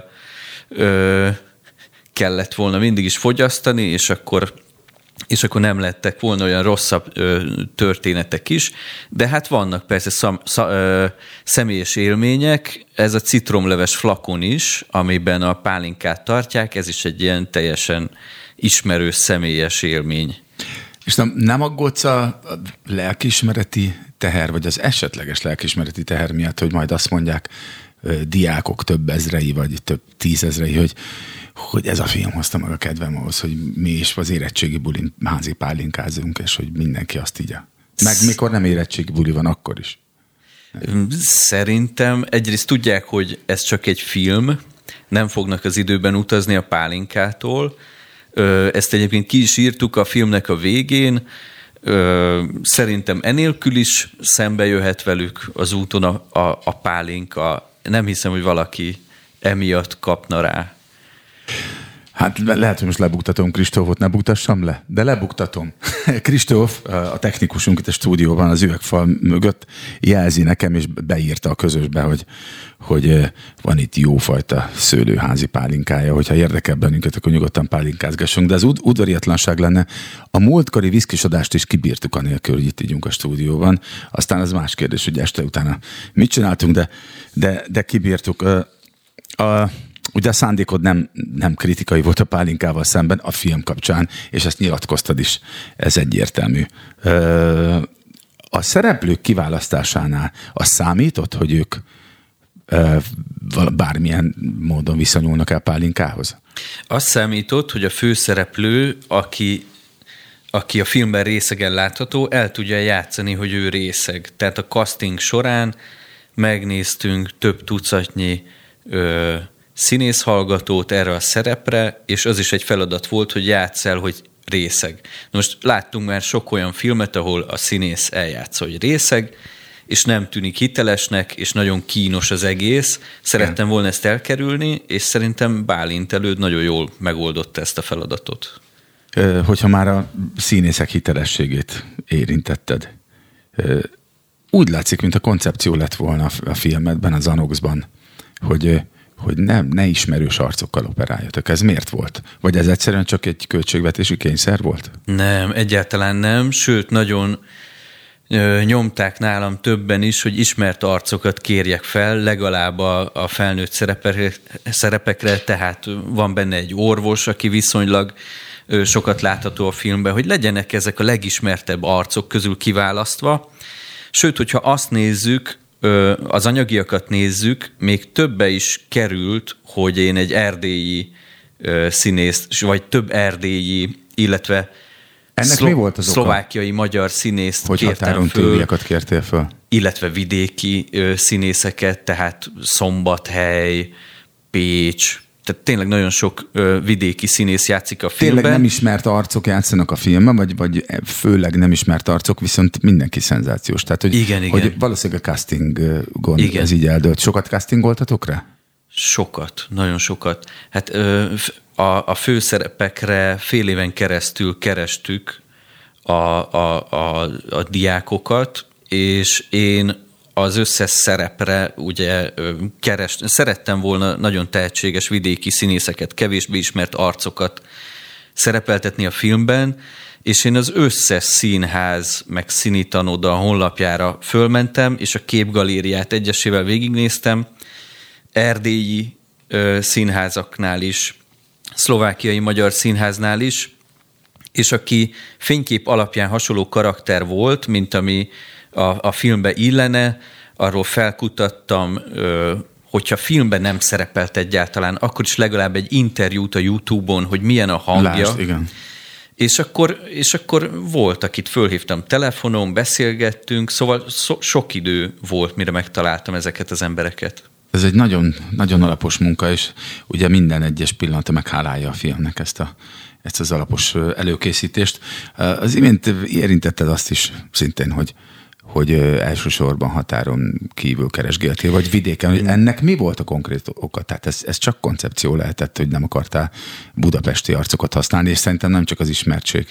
ö, kellett volna mindig is fogyasztani, és akkor és akkor nem lettek volna olyan rosszabb ö, történetek is, de hát vannak persze szam, szam, ö, személyes élmények, ez a citromleves flakon is, amiben a pálinkát tartják, ez is egy ilyen teljesen ismerős személyes élmény. És nem, nem aggódsz a lelkiismereti teher, vagy az esetleges lelkiismereti teher miatt, hogy majd azt mondják ö, diákok több ezrei, vagy több tízezrei, hogy hogy ez a film hozta meg a kedvem ahhoz, hogy mi is az érettségi bulin házi pálinkázunk, és hogy mindenki azt így. Meg mikor nem érettségi buli van, akkor is. Szerintem egyrészt tudják, hogy ez csak egy film, nem fognak az időben utazni a pálinkától. Ezt egyébként ki is írtuk a filmnek a végén. Szerintem enélkül is szembe jöhet velük az úton a, a, a pálinka. Nem hiszem, hogy valaki emiatt kapna rá. Hát lehet, hogy most lebuktatom Kristófot, ne buktassam le, de lebuktatom. Kristóf, a technikusunk itt a stúdióban az üvegfal mögött jelzi nekem, és beírta a közösbe, hogy, hogy van itt jófajta szőlőházi pálinkája, hogyha érdekel bennünket, akkor nyugodtan pálinkázgassunk, de az ud- udvariatlanság lenne. A múltkori viszkisodást is kibírtuk anélkül, hogy itt ígyunk a stúdióban. Aztán az más kérdés, hogy este utána mit csináltunk, de, de, de kibírtuk. A, a Ugye a szándékod nem, nem kritikai volt a pálinkával szemben a film kapcsán, és ezt nyilatkoztad is, ez egyértelmű. A szereplők kiválasztásánál az számított, hogy ők bármilyen módon viszonyulnak el pálinkához? Az számított, hogy a főszereplő, aki, aki a filmben részegen látható, el tudja játszani, hogy ő részeg. Tehát a casting során megnéztünk több tucatnyi ö, színészhallgatót erre a szerepre, és az is egy feladat volt, hogy játsz el, hogy részeg. Most láttunk már sok olyan filmet, ahol a színész eljátsza, hogy részeg, és nem tűnik hitelesnek, és nagyon kínos az egész. Szerettem volna ezt elkerülni, és szerintem Bálint előtt nagyon jól megoldotta ezt a feladatot. Hogyha már a színészek hitelességét érintetted, úgy látszik, mint a koncepció lett volna a filmedben, az Anoxban, hogy hogy nem, ne ismerős arcokkal operáljatok. Ez miért volt? Vagy ez egyszerűen csak egy költségvetési kényszer volt? Nem, egyáltalán nem. Sőt, nagyon ö, nyomták nálam többen is, hogy ismert arcokat kérjek fel, legalább a, a felnőtt szerepekre, szerepekre, tehát van benne egy orvos, aki viszonylag ö, sokat látható a filmben, hogy legyenek ezek a legismertebb arcok közül kiválasztva. Sőt, hogyha azt nézzük, az anyagiakat nézzük, még többe is került, hogy én egy erdélyi színészt, vagy több erdélyi, illetve ennek szlo- mi volt az szlovákiai oka? Magyar színészt hogy kértem határon föl. túliakat kértél föl? Illetve vidéki színészeket, tehát Szombathely, Pécs, tehát tényleg nagyon sok ö, vidéki színész játszik a filmben. Tényleg nem ismert arcok játszanak a filmben, vagy, vagy főleg nem ismert arcok, viszont mindenki szenzációs. Tehát, hogy, igen, hogy igen. valószínűleg a castingon ez így eldőlt. Sokat castingoltatok rá? Sokat, nagyon sokat. Hát ö, a, a főszerepekre fél éven keresztül kerestük a, a, a, a diákokat, és én az összes szerepre ugye keres, szerettem volna nagyon tehetséges vidéki színészeket, kevésbé ismert arcokat szerepeltetni a filmben, és én az összes színház meg színitanoda honlapjára fölmentem, és a képgalériát egyesével végignéztem, erdélyi ö, színházaknál is, szlovákiai magyar színháznál is, és aki fénykép alapján hasonló karakter volt, mint ami A, a filmbe illene, arról felkutattam, ö, hogyha filmben nem szerepelt egyáltalán, akkor is legalább egy interjút a YouTube-on, hogy milyen a hangja. Lásd, igen. És akkor, és akkor volt, akit fölhívtam telefonon, beszélgettünk, szóval so, sok idő volt, mire megtaláltam ezeket az embereket. Ez egy nagyon, nagyon alapos munka, és ugye minden egyes pillanata meghálálja a filmnek ezt, a, ezt az alapos előkészítést. Az imént érintetted azt is szintén, hogy hogy elsősorban határon kívül keresgéltél, vagy vidéken, hogy ennek mi volt a konkrét oka? Tehát ez, ez csak koncepció lehetett, hogy nem akartál budapesti arcokat használni, és szerintem nem csak az ismertség.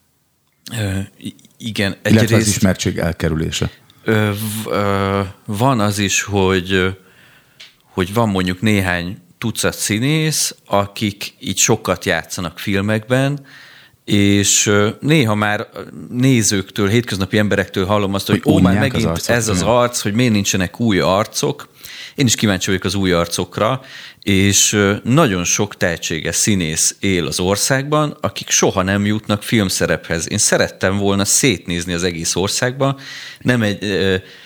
Ö, igen. Illetve egyrészt, az ismertség elkerülése. Ö, ö, van az is, hogy, hogy van mondjuk néhány tucat színész, akik így sokat játszanak filmekben, és néha már nézőktől, hétköznapi emberektől hallom azt, hogy, hogy ó, már megint az ez az arc, hogy miért nincsenek új arcok. Én is kíváncsi vagyok az új arcokra, és nagyon sok tehetséges színész él az országban, akik soha nem jutnak filmszerephez. Én szerettem volna szétnézni az egész országban, nem, egy,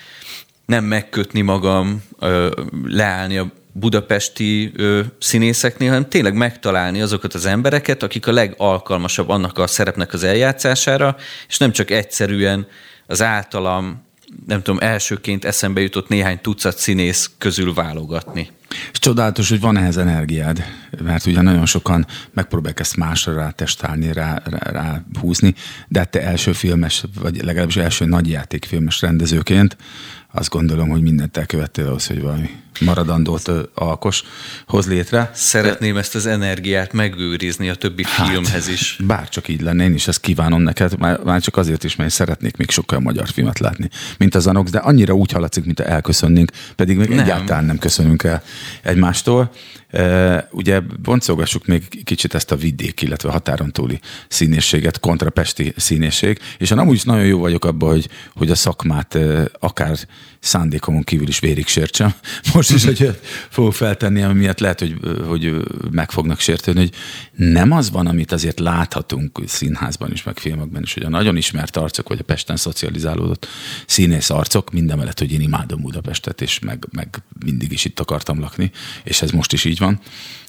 nem megkötni magam, leállni a budapesti ö, színészeknél, hanem tényleg megtalálni azokat az embereket, akik a legalkalmasabb annak a szerepnek az eljátszására, és nem csak egyszerűen az általam, nem tudom, elsőként eszembe jutott néhány tucat színész közül válogatni. És csodálatos, hogy van ehhez energiád, mert ugye nagyon sokan megpróbálják ezt másra rátestálni, rá, rá, rá húzni, de te első filmes, vagy legalábbis első nagyjátékfilmes rendezőként azt gondolom, hogy mindent elkövettél ahhoz, hogy valami maradandót alkos hoz létre. Szeretném ezt az energiát megőrizni a többi hát, filmhez is. Bárcsak így lenne, én is ezt kívánom neked, már, már csak azért is, mert szeretnék még sokkal magyar filmet látni, mint az Anox, de annyira úgy hallatszik, mint ha elköszönnénk, pedig még nem. egyáltalán nem köszönünk el egymástól. Uh, ugye boncolgassuk még kicsit ezt a vidék, illetve határon túli színészséget, kontrapesti színészség, és én amúgy is nagyon jó vagyok abban, hogy, hogy a szakmát uh, akár szándékomon kívül is vérig sértsem. Most is, hogy fogok feltenni, ami miatt lehet, hogy, hogy meg fognak sértődni, hogy nem az van, amit azért láthatunk színházban is, meg filmekben is, hogy a nagyon ismert arcok, vagy a Pesten szocializálódott színész arcok, mindemellett, hogy én imádom Budapestet, és meg, meg mindig is itt akartam lakni, és ez most is így van,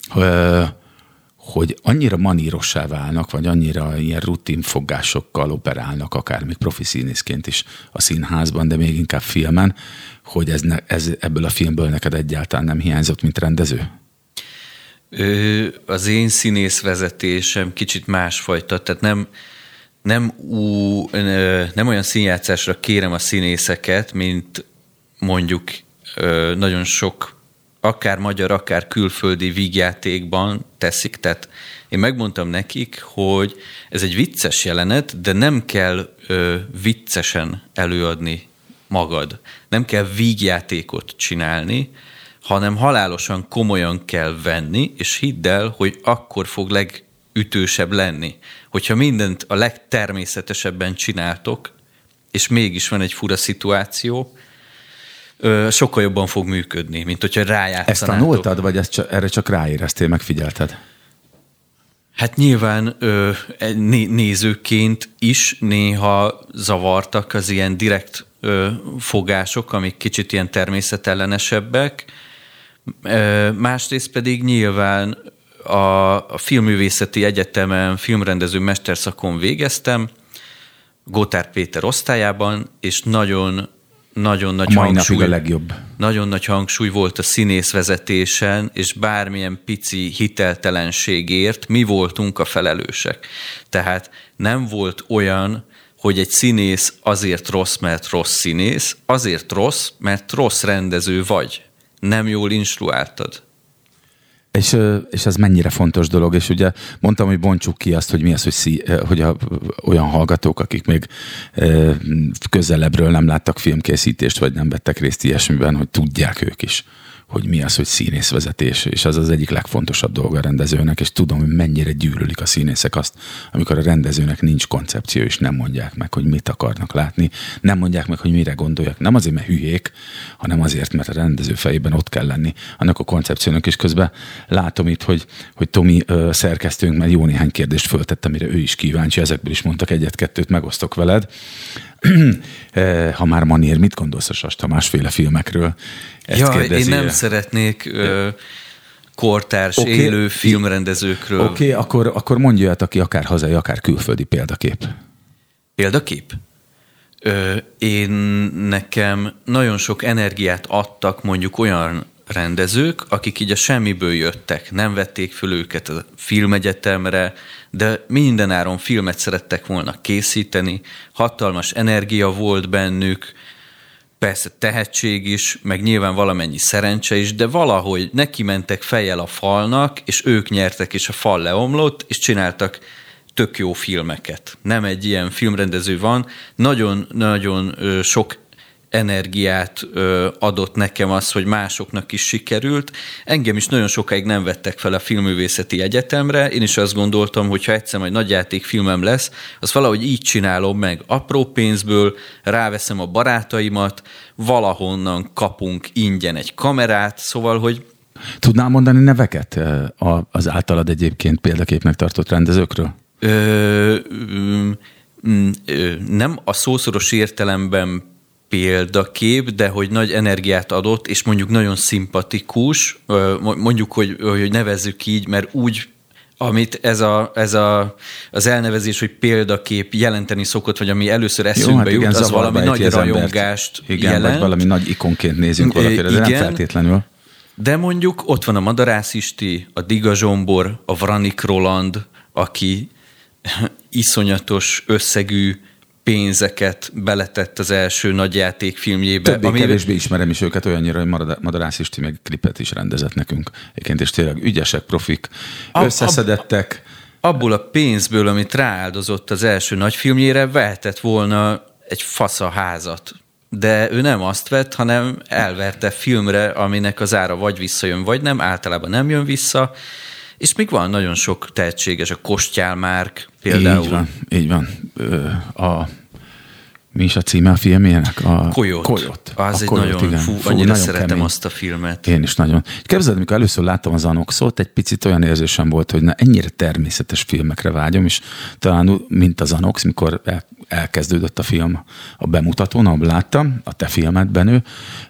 hogy annyira manírossá válnak, vagy annyira ilyen rutinfogásokkal operálnak, akár még profi színészként is a színházban, de még inkább filmen, hogy ez, ne, ez ebből a filmből neked egyáltalán nem hiányzott, mint rendező? Ö, az én színészvezetésem kicsit másfajta, tehát nem, nem, ú, nem olyan színjátszásra kérem a színészeket, mint mondjuk nagyon sok akár magyar, akár külföldi vígjátékban teszik. Tehát én megmondtam nekik, hogy ez egy vicces jelenet, de nem kell ö, viccesen előadni magad. Nem kell vígjátékot csinálni, hanem halálosan komolyan kell venni, és hidd el, hogy akkor fog legütősebb lenni. Hogyha mindent a legtermészetesebben csináltok, és mégis van egy fura szituáció, sokkal jobban fog működni, mint hogyha rájátszanátok. Ezt tanultad, vagy ezt csak, erre csak ráéreztél, megfigyelted? Hát nyilván ö, nézőként is néha zavartak az ilyen direkt ö, fogások, amik kicsit ilyen természetellenesebbek. Ö, másrészt pedig nyilván a, a Filmművészeti Egyetemen filmrendező mesterszakon végeztem, Gotthárd Péter osztályában, és nagyon Nagyon nagy, hangsúly, a legjobb. nagyon nagy hangsúly volt a színészvezetésen, és bármilyen pici hiteltelenségért mi voltunk a felelősek. Tehát nem volt olyan, hogy egy színész azért rossz, mert rossz színész, azért rossz, mert rossz rendező vagy. Nem jól instruáltad. És, és ez mennyire fontos dolog, és ugye mondtam, hogy bontsuk ki azt, hogy mi az, hogy, szí, hogy a, olyan hallgatók, akik még közelebbről nem láttak filmkészítést, vagy nem vettek részt ilyesmiben, hogy tudják ők is, hogy mi az, hogy színészvezetés, és az az egyik legfontosabb dolga a rendezőnek, és tudom, hogy mennyire gyűlölik a színészek azt, amikor a rendezőnek nincs koncepció, és nem mondják meg, hogy mit akarnak látni, nem mondják meg, hogy mire gondoljak. Nem azért, mert hülyék, hanem azért, mert a rendező fejében ott kell lenni annak a koncepciónak, és közben látom itt, hogy, hogy Tomi ö, szerkesztőnk már jó néhány kérdést föltett, amire ő is kíváncsi, ezekből is mondtak egyet-kettőt, megosztok veled. Ha már manír, mit gondolsz a Sas Tamásféle filmekről? Ezt ja, kérdezi. Én nem szeretnék ö, kortárs, okay. élő filmrendezőkről. Oké, okay, akkor, akkor mondj olyat, aki akár hazai, akár külföldi példakép. Példakép? Ö, én nekem nagyon sok energiát adtak mondjuk olyan rendezők, akik így a semmiből jöttek, nem vették föl őket a filmegyetemre, de mindenáron filmet szerettek volna készíteni, hatalmas energia volt bennük, persze tehetség is, meg nyilván valamennyi szerencse is, de valahogy neki mentek fejjel a falnak, és ők nyertek, és a fal leomlott, és csináltak tök jó filmeket. Nem egy ilyen filmrendező van, nagyon-nagyon sok energiát ö, adott nekem az, hogy másoknak is sikerült. Engem is nagyon sokáig nem vettek fel a Filmművészeti Egyetemre. Én is azt gondoltam, hogy ha egyszer majd nagyjátékfilmem lesz, azt valahogy így csinálom meg. Apró pénzből ráveszem a barátaimat, valahonnan kapunk ingyen egy kamerát, szóval, hogy... Tudnál mondani neveket az általad egyébként példaképnek tartott rendezőkről? Ö, ö, ö, nem a szószoros értelemben példakép, de hogy nagy energiát adott, és mondjuk nagyon szimpatikus, mondjuk, hogy, hogy nevezzük így, mert úgy, amit ez, a, ez a, az elnevezés, hogy példakép jelenteni szokott, vagy ami először eszünkbe Jó, hát jut, igen, az valami nagy rajongást igen, jelent. Vagy valami nagy ikonként nézünk valakire, de nem feltétlenül. De mondjuk ott van a Madarász Isti, a Diga Zsombor, a Vranik Roland, aki iszonyatos összegű pénzeket beletett az első nagyjátékfilmjébe. Többé-kevésbé amire... ismerem is őket olyannyira, hogy Madarász Isti meg klipet is rendezett nekünk. Egyébként és tényleg ügyesek, profik, ab, összeszedettek. Ab, abból a pénzből, amit rááldozott az első nagyfilmjére, vehetett volna egy faszaházat. De ő nem azt vett, hanem elverte filmre, aminek az ára vagy visszajön, vagy nem, általában nem jön vissza, és még van nagyon sok tehetséges, a Kostyál Márk például. Így van, így van. A, mi is a címe a filmjének? A Koyot. Koyot. Az a egy Koyot, nagyon, igen. fú, fú, annyira nagyon szeretem kemény. azt a filmet. Én is nagyon. Képzeld, amikor először láttam az Anoxot, egy picit olyan érzésem volt, hogy na, ennyire természetes filmekre vágyom, és talán mint az Anox, mikor el, elkezdődött a film a bemutatón, ahol láttam a te filmet, Benő,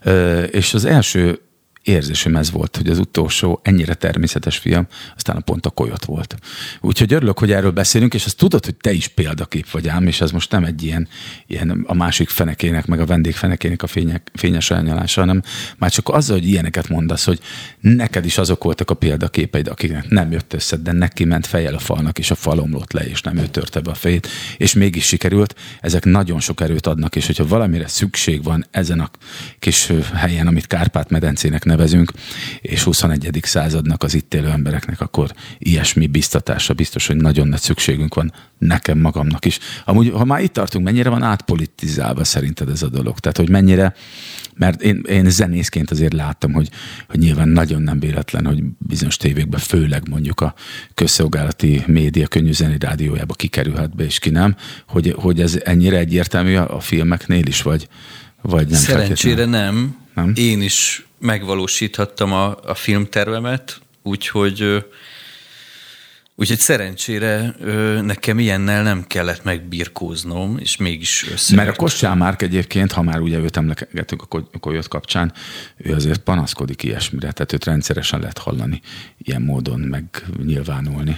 és az első érzésem ez volt, hogy az utolsó ennyire természetes film, aztán pont a Koyot volt. Úgyhogy örülök, hogy erről beszélünk, és azt tudod, hogy te is példakép vagy ám, és ez most nem egy ilyen, ilyen a másik fenekének, meg a vendég fenekének a fények, fényes elnyalása, hanem már csak azzal, hogy ilyeneket mondasz, hogy neked is azok voltak a példaképeid, akiknek nem jött össze, de neki ment fejjel a falnak, és a fal omlott le, és nem ő törte be a fejét, és mégis sikerült. Ezek nagyon sok erőt adnak, és hogyha valamire szükség van ezen a kis helyen, amit Kárpát-medencének nevezünk, és huszonegyedik századnak az itt élő embereknek, akkor ilyesmi biztatásra biztos, hogy nagyon nagy szükségünk van, nekem magamnak is. Amúgy, ha már itt tartunk, mennyire van átpolitizálva szerinted ez a dolog? Tehát, hogy mennyire, mert én, én zenészként azért láttam, hogy, hogy nyilván nagyon nem véletlen, hogy bizonyos tévékben, főleg mondjuk a közszolgálati média könnyű zeni rádiójába kikerülhet be, és ki nem, hogy, hogy ez ennyire egyértelmű a filmeknél is, vagy, vagy nem? Szerencsére nem. nem. Én is megvalósíthattam a, a filmtervemet, úgyhogy, úgyhogy szerencsére nekem ilyennel nem kellett megbirkóznom, és mégis összejött. Mert a Kostyál Márk egyébként, ha már ugye őt emlegettünk a Koyot kapcsán, ő azért panaszkodik ilyesmire, tehát őt rendszeresen lehet hallani ilyen módon megnyilvánulni.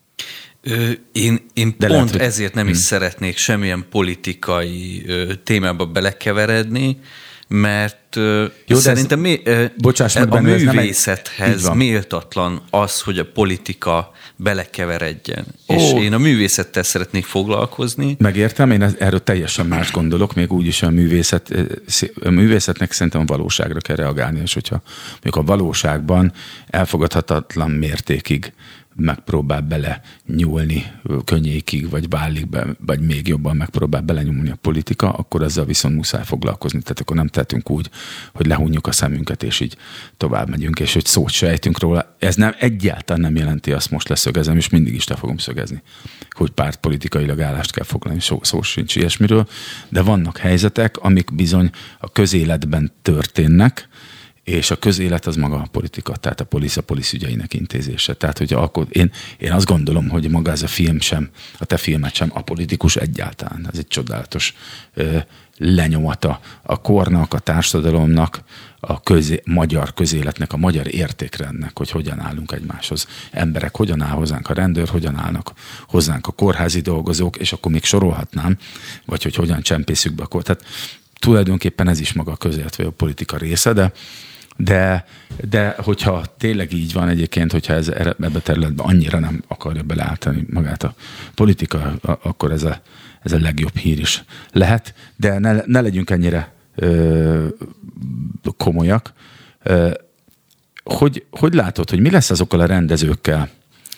Ö, én én pont lehet, hogy... ezért nem hmm. is szeretnék semmilyen politikai ö, témába belekeveredni, mert Jó, szerintem ez, mi, bocsáss meg, a művészethez egy... méltatlan az, hogy a politika belekeveredjen. Oh. És én a művészettel szeretnék foglalkozni. Megértem, én erről teljesen más gondolok, még úgyis a művészet, a művészetnek szerintem a valóságra kell reagálni, és hogyha mondjuk a valóságban elfogadhatatlan mértékig megpróbál bele nyúlni könnyékig, vagy válik be, vagy még jobban megpróbál belenyúlni a politika, akkor ezzel viszont muszáj foglalkozni. Tehát akkor nem tehetünk úgy, hogy lehunjuk a szemünket, és így tovább megyünk, és hogy szót sejtünk róla. Ez nem, egyáltalán nem jelenti, azt most leszögezem, és mindig is le fogom szögezni, hogy pártpolitikailag állást kell foglalni, szó, szó sincs ilyesmiről, de vannak helyzetek, amik bizony a közéletben történnek, és a közélet az maga a politika, tehát a polisz a polisz ügyeinek intézése. Tehát, hogy akkor én, én azt gondolom, hogy maga ez a film sem, a te filmet sem apolitikus egyáltalán. Ez egy csodálatos ö, lenyomata a kornak, a társadalomnak, a közé, magyar közéletnek, a magyar értékrendnek, hogy hogyan állunk egymáshoz. Emberek hogyan áll hozzánk a rendőr, hogyan állnak hozzánk a kórházi dolgozók, és akkor még sorolhatnám, vagy hogy hogyan csempészük be akkor. Tehát tulajdonképpen ez is maga a közélet, vagy a politika része, de De, de hogyha tényleg így van egyébként, hogyha ez, ebbe a területben annyira nem akarja beleállítani magát a politika, akkor ez a, ez a legjobb hír is lehet. De ne, ne legyünk ennyire ö, komolyak. Ö, hogy, hogy látod, hogy mi lesz azokkal a rendezőkkel,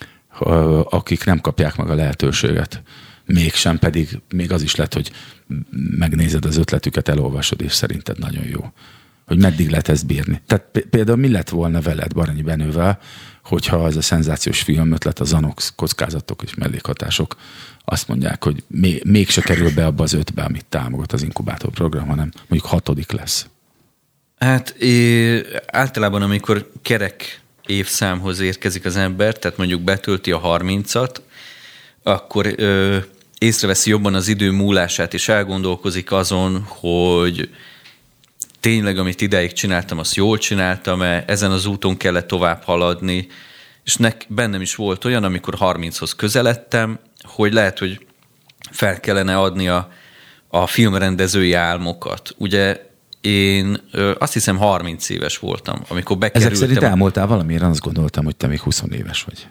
akik nem kapják meg a lehetőséget? Mégsem, pedig még az is lett, hogy megnézed az ötletüket, elolvasod, és szerinted nagyon jó. Hogy meddig lehet ezt bírni. Tehát például mi lett volna veled, Baranyi Benővel, hogyha az a szenzációs filmötlet, az Anox kockázatok és mellékhatások azt mondják, hogy még, mégse kerül be abba az ötbe, amit támogat az inkubátor program, hanem mondjuk hatodik lesz. Hát é, általában, amikor kerek évszámhoz érkezik az ember, tehát mondjuk betölti a harmincat, akkor ö, észreveszi jobban az idő múlását, és elgondolkozik azon, hogy tényleg, amit ideig csináltam, azt jól csináltam-e, ezen az úton kellett tovább haladni, és nek, bennem is volt olyan, amikor harminchoz közeledtem, hogy lehet, hogy fel kellene adni a, a filmrendezői álmokat. Ugye én ö, azt hiszem harminc éves voltam, amikor bekerültem. Ezek szerint elmúltál valamiért, azt gondoltam, hogy te még húsz éves vagy.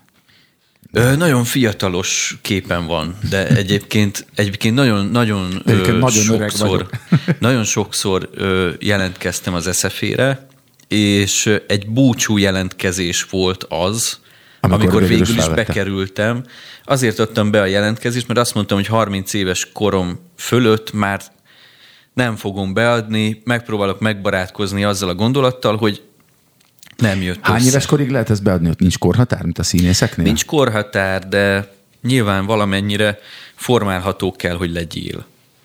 Ö, nagyon fiatalos képen van, de egyébként, egyébként nagyon, nagyon, egyébként ö, nagyon sokszor, nagyon sokszor ö, jelentkeztem az es ef é-re, és egy búcsú jelentkezés volt az, amikor, amikor végül is, is bekerültem. Azért adtam be a jelentkezést, mert azt mondtam, hogy harminc éves korom fölött már nem fogom beadni, megpróbálok megbarátkozni azzal a gondolattal, hogy nem jött Hány össze. éves korig lehet ezt beadni? Ott nincs korhatár, mint a színészeknél? Nincs korhatár, de nyilván valamennyire formálható kell, hogy legyél.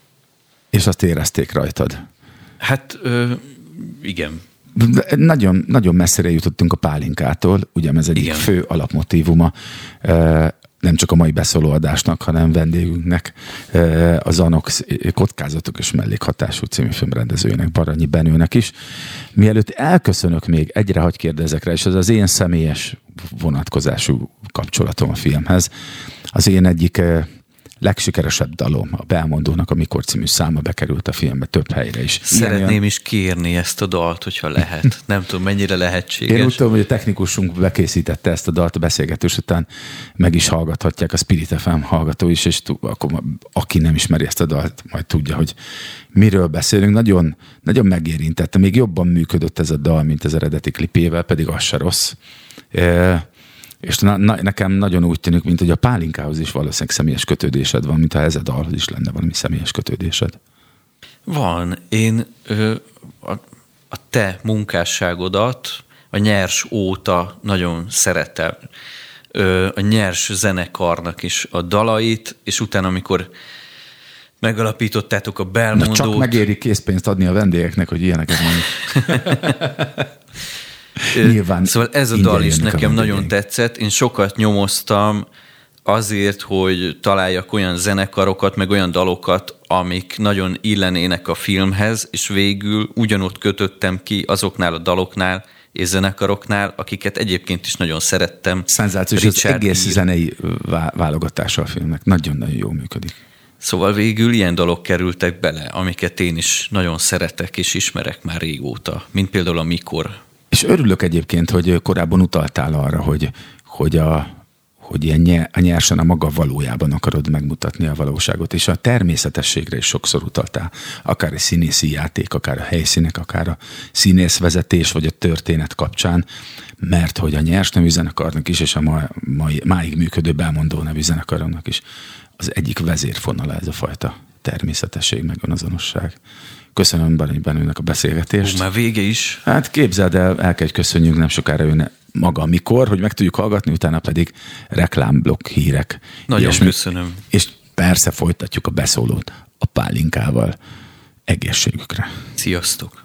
És azt érezték rajtad? Hát ö, igen. Nagyon, nagyon messzire jutottunk a pálinkától, ugye ez egyik igen. fő alapmotívuma nem csak a mai beszólóadásnak, hanem vendégünknek, a Zanox Kockázatok és mellékhatású című filmrendezőjének, Baranyi Benőnek is. Mielőtt elköszönök, még egyre hagy kérdezek rá, és ez az én személyes vonatkozású kapcsolatom a filmhez. Az én egyik legsikeresebb dalom, a Belmondónak a Mikor című száma bekerült a filmbe több helyre is. Szeretném ilyen... is kérni ezt a dalt, hogyha lehet. Nem tudom, mennyire lehetséges. Én úgy tudom, hogy a technikusunk bekészítette ezt a dalt a beszélgetés után, meg is hallgathatják a Spirit ef em hallgató is, és akkor aki nem ismeri ezt a dalt, majd tudja, hogy miről beszélünk. Nagyon, nagyon megérintette. Még jobban működött ez a dal, mint az eredeti klipével, pedig az se rossz. E- És na, na, nekem nagyon úgy tűnik, mint hogy a pálinkához is valószínűleg személyes kötődésed van, mintha ez a dalhoz is lenne valami személyes kötődésed. Van. Én ö, a, a te munkásságodat a Nyers óta nagyon szeretem. Ö, a Nyers zenekarnak is a dalait, és utána, amikor megalapítottátok a Belmondót... Na csak megéri készpénzt adni a vendégeknek, hogy ilyeneket mondjuk. Nyilván szóval ez a dal is nekem nagyon tetszett. Én sokat nyomoztam azért, hogy találjak olyan zenekarokat, meg olyan dalokat, amik nagyon illenének a filmhez, és végül ugyanott kötöttem ki azoknál a daloknál és zenekaroknál, akiket egyébként is nagyon szerettem. Szenzációs, az egész zenei válogatása a filmnek. Nagyon-nagyon jól működik. Szóval végül ilyen dalok kerültek bele, amiket én is nagyon szeretek és ismerek már régóta, mint például a Mikor. És örülök egyébként, hogy korábban utaltál arra, hogy, hogy, a, hogy ilyen nyersen a maga valójában akarod megmutatni a valóságot, és a természetességre is sokszor utaltál. Akár a színészi játék, akár a helyszínek, akár a színészvezetés, vagy a történet kapcsán, mert hogy a Nyers nevű zenekarnak is, és a ma, ma, máig működő Belmondó nevű zenekarnak is az egyik vezérfonala ez a fajta természetesség, meg önazonosság. Köszönöm Baranyi Benőnek a beszélgetést. Hú, már vége is. Hát képzeld el, el kell, hogy köszönjünk, nem sokára jönne maga Mikor, hogy meg tudjuk hallgatni, utána pedig reklámblokk hírek. Nagyon ilyesmi. Köszönöm. És persze folytatjuk a beszólót a pálinkával. Egészségükre. Sziasztok.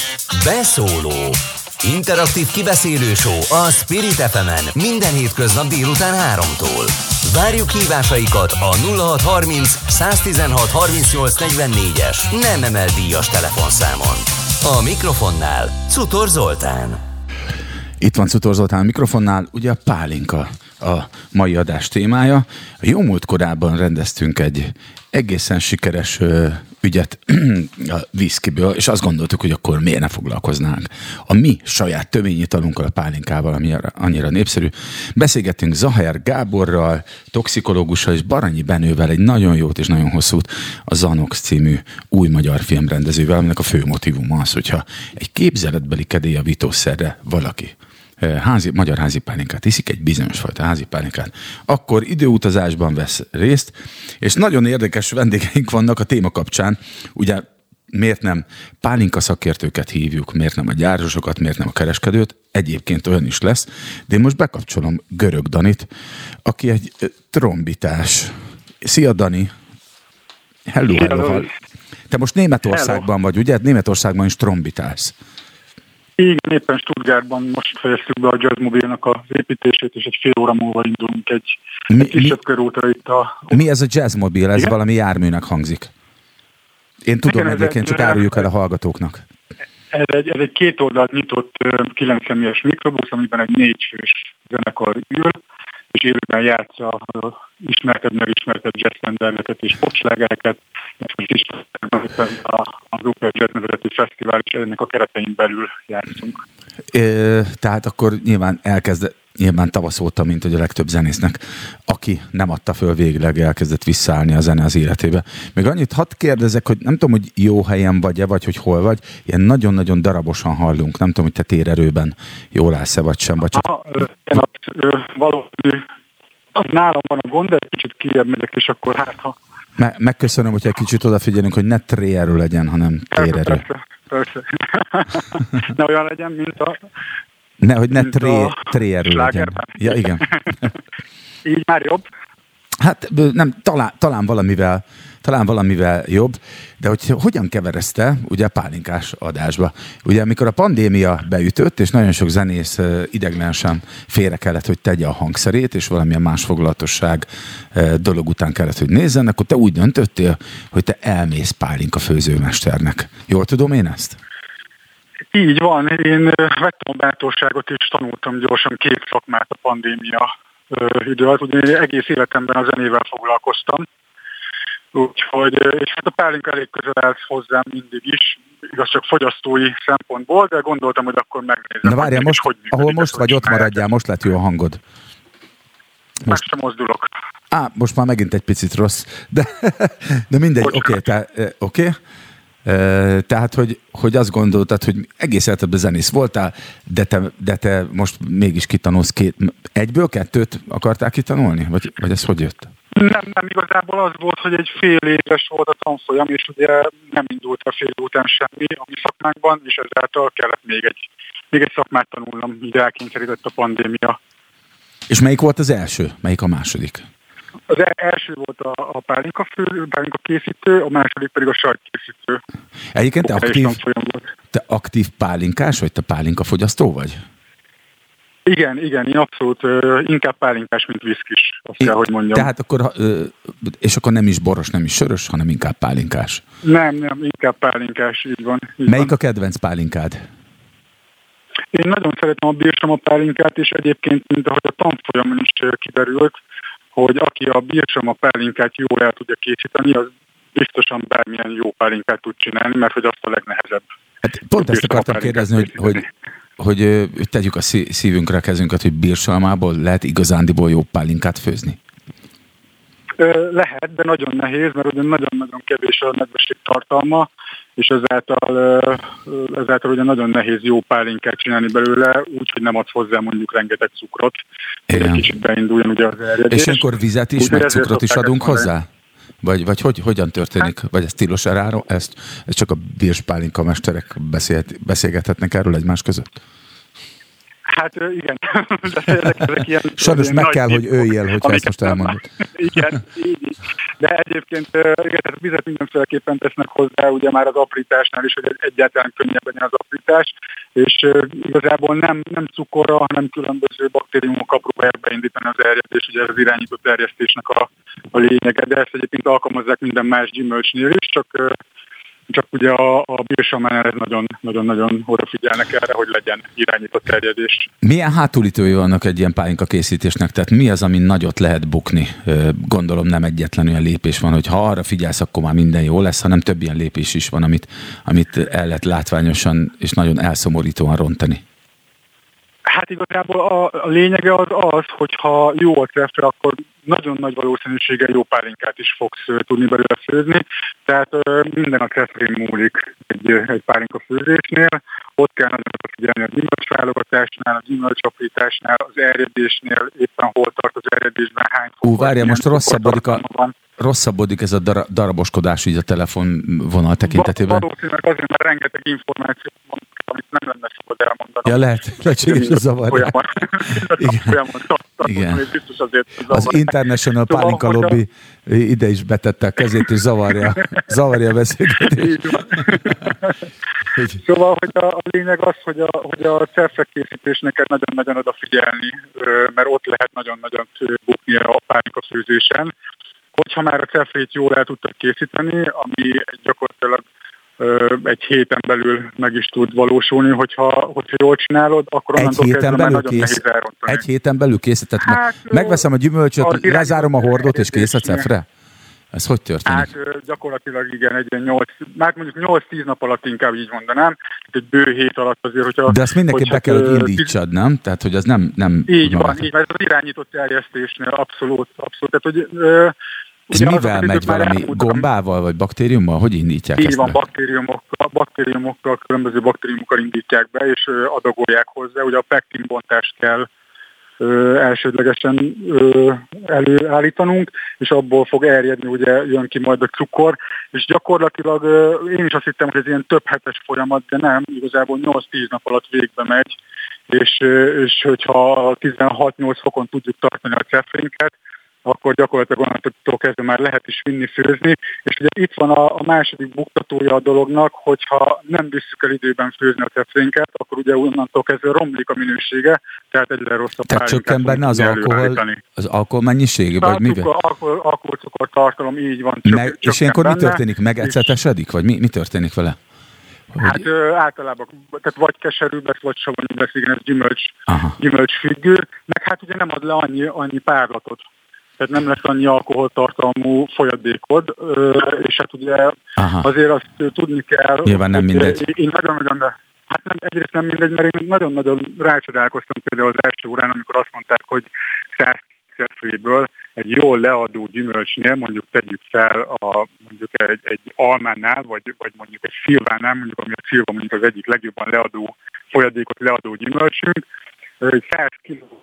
Beszóló. Interaktív kibeszélő show a Spirit ef emen minden hétköznap délután háromtól. Várjuk hívásaikat a nulla hat harminc száztizenhat harmincnyolc negyvennégyes nem emel díjas telefonszámon. A mikrofonnál Cutor Zoltán. Itt van Cutor Zoltán a mikrofonnál, ugye a pálinka a mai adás témája. A jó múlt korában rendeztünk egy egészen sikeres ö, ügyet a viszkiből, és azt gondoltuk, hogy akkor miért ne foglalkoznánk a mi saját töményitalunkkal, a pálinkával, ami annyira népszerű. Beszélgettünk Zaher Gáborral, toxikológussal és Baranyi Benővel egy nagyon jót és nagyon hosszút, a Zanox című új magyar filmrendezővel, aminek a fő motívuma az, hogyha egy képzeletbeli kedélyavítószerre valaki házi, magyar házi pálinkát iszik, egy bizonyos fajta házi pálinkát, akkor időutazásban vesz részt, és nagyon érdekes vendégeink vannak a téma kapcsán. Ugye miért nem pálinka szakértőket hívjuk, miért nem a gyárosokat, miért nem a kereskedőt, egyébként olyan is lesz, de én most bekapcsolom Görög Danit, aki egy trombitás. Szia Dani! Hello, hello, hello. Te most Németországban hello. vagy, ugye? Németországban is trombitálsz. Igen, éppen Stuttgartban most fejeztük be a Jazzmobilnak az építését, és egy fél óra múlva indulunk egy, mi, egy kisebb körútra itt a... Mi ez a Jazzmobil? Ez igen? Valami járműnek hangzik. Én tudom igen, egyébként, csak áruljuk el a hallgatóknak. Ez egy, ez egy két oldalt nyitott kilenc személyes mikrobusz, amiben egy négy fős zenekar ül, és élőben játsza a ismertebb, megismertebb jazzrendeleket és popslágereket, és most is az Opera Jazz nevezetű fesztivál, és ennek a keretein belül játszunk. É, tehát akkor nyilván elkezd, nyilván tavasz óta, mint hogy a legtöbb zenésznek, aki nem adta föl végleg, elkezdett visszaállni a zene az életébe. Még annyit hadd kérdezek, hogy nem tudom, hogy jó helyen vagy-e, vagy hogy hol vagy, ilyen nagyon-nagyon darabosan hallunk, nem tudom, hogy te térerőben jól állsz-e, vagy sem, vagy csak... Ha, valószínű, nálam van a gond, de egy kicsit kijebb megyek, és akkor hát ha... Me- megköszönöm, hogyha egy kicsit odafigyelünk, hogy ne tréerő legyen, hanem térerő. Persze, persze. Ne olyan legyen, mint a... Ne, hogy ne tré, tréerő legyen. Ja, igen. Így már jobb? Hát nem, talán, talán, valamivel, talán valamivel jobb, de hogy hogyan keverezte ugye a pálinkás adásba? Ugye amikor a pandémia beütött, és nagyon sok zenész ideglenesen félre kellett, hogy tegye a hangszerét, és valamilyen más foglalatosság dolog után kellett, hogy nézzen, akkor te úgy döntöttél, hogy te elmész pálinka főzőmesternek. Jól tudom én ezt? Így van, én vettem a bátorságot, és tanultam gyorsan két szakmát a pandémia idő alatt. Ugye egész életemben a zenével foglalkoztam, úgyhogy, és hát a pálinka elég közel állt hozzám mindig is, igaz csak fogyasztói szempontból, de gondoltam, hogy akkor megnézem. Na várjál, most, hogy ahol most vagy, ott maradjál, most lett jó a hangod. Most, most sem mozdulok. Á, most már megint egy picit rossz, de, de mindegy, oké, okay, te, oké. Okay. Tehát, hogy, hogy azt gondoltad, hogy egész életedben zenész voltál, de te, de te most mégis kitanulsz két, egyből kettőt akartál kitanulni? Vagy, vagy ez hogy jött? Nem, nem, igazából az volt, hogy egy fél éves volt a tanfolyam, és ugye nem indult a fél után semmi a mi szakmánkban, és ezáltal kellett még egy, még egy szakmát tanulnom, így elkényszerített a pandémia. És melyik volt az első? Melyik a második? Az első volt a, a pálinka, fő, pálinka készítő, a második pedig a sajtkészítő. Egyébként te aktív, te aktív pálinkás, vagy te pálinka fogyasztó vagy? Igen, igen, én abszolút uh, inkább pálinkás, mint viszkis, azt kell, hogy mondjam. Tehát akkor, uh, és akkor nem is boros, nem is sörös, hanem inkább pálinkás. Nem, nem, inkább pálinkás, így van. Így Melyik van. a kedvenc pálinkád? Én nagyon szeretem a Birsama pálinkát, és egyébként, mint ahogy a tanfolyamon is kiderült, hogy aki a Birsama pálinkát jól el tudja készíteni, az biztosan bármilyen jó pálinkát tud csinálni, mert hogy azt a legnehezebb. Hát pont ezt akartam kérdezni, hogy, hogy, hogy, hogy tegyük a szívünkre a kezünket, hogy Birsalmából lehet igazándiból jó pálinkát főzni? Lehet, de nagyon nehéz, mert ugye nagyon-nagyon kevés a nedvesség tartalma, és ezáltal, ezáltal ugye nagyon nehéz jó pálinkát csinálni belőle, úgyhogy nem adsz hozzá mondjuk rengeteg cukrot, hogy egy kicsit beinduljon ugye az erjedés. És ilyenkor vizet is, úgy, meg cukrot is adunk hozzá? Vagy, vagy hogy, hogyan történik? Hát. Vagy ez tilos erára? Ezt, ezt csak a Birs pálinka mesterek beszélt, beszélgethetnek erről egymás között? Hát igen. De ezek, ezek ilyen, sajnos ilyen meg kell, hogy öljél, hogyha ezt most elmondod. Igen, így. De egyébként igen, ez vizet mindenféleképpen tesznek hozzá, ugye már az aprításnál is, hogy egyáltalán könnyebb legyen az aprítás, és igazából nem, nem cukorra, hanem különböző baktériumokkal próbálják beindítani az erjedés, ugye ez az irányított erjesztésnek a, a lényege, de ezt egyébként alkalmazzák minden más gyümölcsnél is, csak Csak ugye a, a Birsamánál ez nagyon-nagyon odafigyelnek erre, hogy legyen irányított terjedés. Milyen hátulütői vannak egy ilyen pálinka készítésnek? Tehát mi az, ami nagyot lehet bukni? Gondolom nem egyetlen olyan lépés van, hogy ha arra figyelsz, akkor már minden jó lesz, hanem több ilyen lépés is van, amit, amit el lehet látványosan és nagyon elszomorítóan rontani. Hát igazából a, a lényege az az, hogyha jó a cefre, akkor nagyon nagy valószínűséggel jó pálinkát is fogsz tudni belőle főzni. Tehát ö, minden a cefrén múlik egy, egy pálinka főzésnél. Ott kell nagyon figyelni a gyümölcsválogatásnál, a gyümölcsaprításnál, az erjedésnél, éppen hol tart az erjedésben, hány fok. Ú, várjál, most rosszabbodik, a, rosszabbodik ez a dar, daraboskodás így a telefonvonal tekintetében. Valószínűleg azért, mert rengeteg információ van, amit nem lenne szabad elmondani. Ja, lehet, lehetséges, hogy zavarja. Igen. Igen. Az International Pálinka Lobby ide is betette a kezét, és zavarja, zavarja a beszélgetést. Szóval, hogy a, a lényeg az, hogy a, hogy a cefrekészítésnek kell nagyon-nagyon odafigyelni, mert ott lehet nagyon-nagyon bukni a pálinka főzésen. Hogyha már a cefrét jól el tudtad készíteni, ami gyakorlatilag egy héten belül meg is tud valósulni, hogyha, hogyha jól csinálod, akkor onnantól kezdve már nagyon kész, nehéz elrontani. Egy héten belül készített. Hát, megveszem a gyümölcsöt, lezárom a hordót, és kész a cefre? Ez hogy történik? Hát gyakorlatilag igen, egy ilyen nyolc, már mondjuk nyolc-tíz nap alatt inkább így mondanám, egy bő hét alatt azért, hogyha... De azt mindenképp be kell, hogy indítsad, nem? Tehát, hogy az nem... nem így van, így van, ez az irányított eljesztésnél abszolút, abszolút. Tehát, hogy, ö, ez mivel megy, valami gombával, vagy baktériummal? Hogy indítják így ezt van, be? baktériumokkal, baktériumokkal, különböző baktériumokkal indítják be, és ö, adagolják hozzá. Ugye a pektinbontást kell Ö, elsődlegesen ö, előállítanunk, és abból fog erjedni, ugye jön ki majd a cukor, és gyakorlatilag ö, én is azt hittem, hogy ez ilyen több hetes folyamat, de nem, igazából nyolc-tíz nap alatt végbe megy, és, ö, és hogyha tizenhat-nyolc fokon tudjuk tartani a cefrénket, akkor gyakorlatilag onnantól kezdve már lehet is vinni, főzni, és ugye itt van a, a második buktatója a dolognak, hogyha nem visszük el időben főzni a cefrénket, akkor ugye onnantól kezdve romlik a minősége, tehát egyre rosszabb. Tehát csökken benne az alkohol, az alkohol mennyisége, vagy mivel? Alkohol, alkoholcukor tartalom, így van. Meg, és ilyenkor mi történik? Megecetesedik, vagy mi, mi történik vele? Hogy... Hát ö, általában, tehát vagy keserűbb lesz, vagy savanyúbb lesz, igen, ez gyümölcs, gyümölcs függő, meg hát ugye nem ad le annyi, annyi párlatot. Tehát nem lesz annyi alkoholtartalmú folyadékod, és hát ugye Aha. azért azt tudni kell... Nyilván nem mindegy. Én nagyon-nagyon, de hát nem, egyrészt nem mindegy, mert én nagyon-nagyon rácsodálkoztam például az első órán, amikor azt mondták, hogy száz cefréből egy jól leadó gyümölcsnél, mondjuk tegyük fel a, mondjuk egy, egy almánál, vagy, vagy mondjuk egy szilvánál, mondjuk ami a szilva mondjuk az egyik legjobban leadó folyadékot leadó gyümölcsünk, hogy száz kiló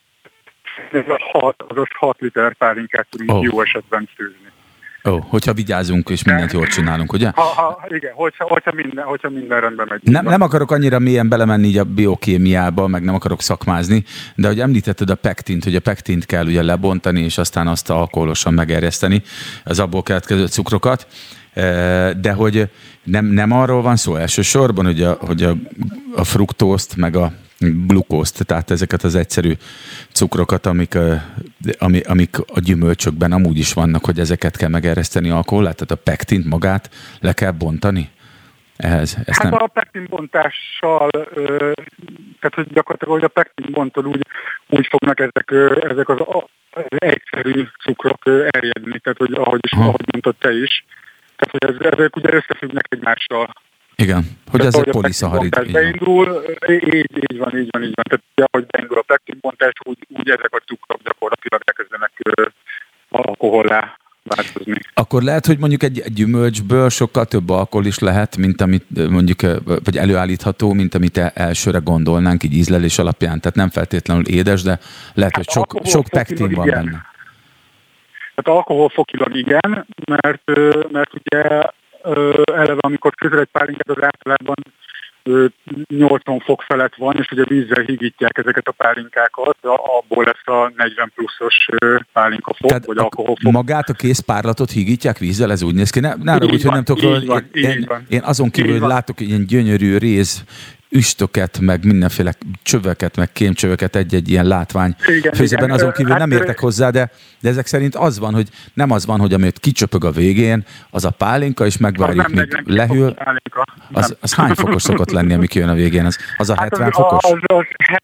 azaz hat liter pálinkát tudunk oh. jó esetben főzni. Ó, oh, hogyha vigyázunk és mindent jól csinálunk, ugye? Ha, ha, igen, hogyha, hogyha, minden, hogyha minden rendben megy. Nem, nem akarok annyira mélyen belemenni így a biokémiába, meg nem akarok szakmázni, de hogy említetted a pektint, hogy a pektint kell ugye lebontani, és aztán azt alkoholosan megerjeszteni, az abból keletkező cukrokat, de hogy nem, nem arról van szó elsősorban, hogy a, hogy a, a fruktózt, meg a glukózt, tehát ezeket az egyszerű cukrokat, amik, amik, amik a gyümölcsökben amúgy is vannak, hogy ezeket kell megereszteni alkohollá, tehát a pektint magát le kell bontani? Ehhez, hát nem... a pektinbontással, tehát hogy gyakorlatilag, hogy a pektinbontól úgy, úgy fognak ezek, ezek az, az egyszerű cukrok erjedni, tehát hogy ahogy, is, ahogy mondtad te is, tehát hogy ezek ugye összefüggnek egymással. Igen, hogy ez egy poliszaharid. Beindul, így, így van, így van, így van. Tehát ahogy beindul a pektinbontás, úgy, úgy ezek a cukrok gyakorlatilag elkezdenek alkohollá változni. Akkor lehet, hogy mondjuk egy, egy gyümölcsből sokkal több alkohol is lehet, mint amit mondjuk, vagy előállítható, mint amit elsőre gondolnánk, így ízlelés alapján. Tehát nem feltétlenül édes, de lehet, hogy sok, sok pektin van igen. benne. Tehát alkoholfokilag igen, mert, mert ugye eleve, amikor közel egy pálinkát, az általában nyolcvan fok felett van, és ugye vízzel higítják ezeket a pálinkákat, abból lesz a negyven pluszos pálinka fok, tehát vagy alkoholfok. Magát a kész párlatot higítják vízzel, ez úgy néz ki? Ne, ne arra úgy, hogy nem tudok róla. Én, én azon kívül, hogy látok ilyen gyönyörű réz, üstöket, meg mindenféle csöveket, meg kémcsöveket egy-egy ilyen látvány főzében, azon kívül hát, nem értek hozzá, de, de ezek szerint az van, hogy nem az van, hogy amit kicsöpög a végén, az a pálinka, és megvárjuk, az míg lehűl. Az, az hány fokos szokott lenni, ami kijön a végén? Az, az a hát hetven fokos? Az, az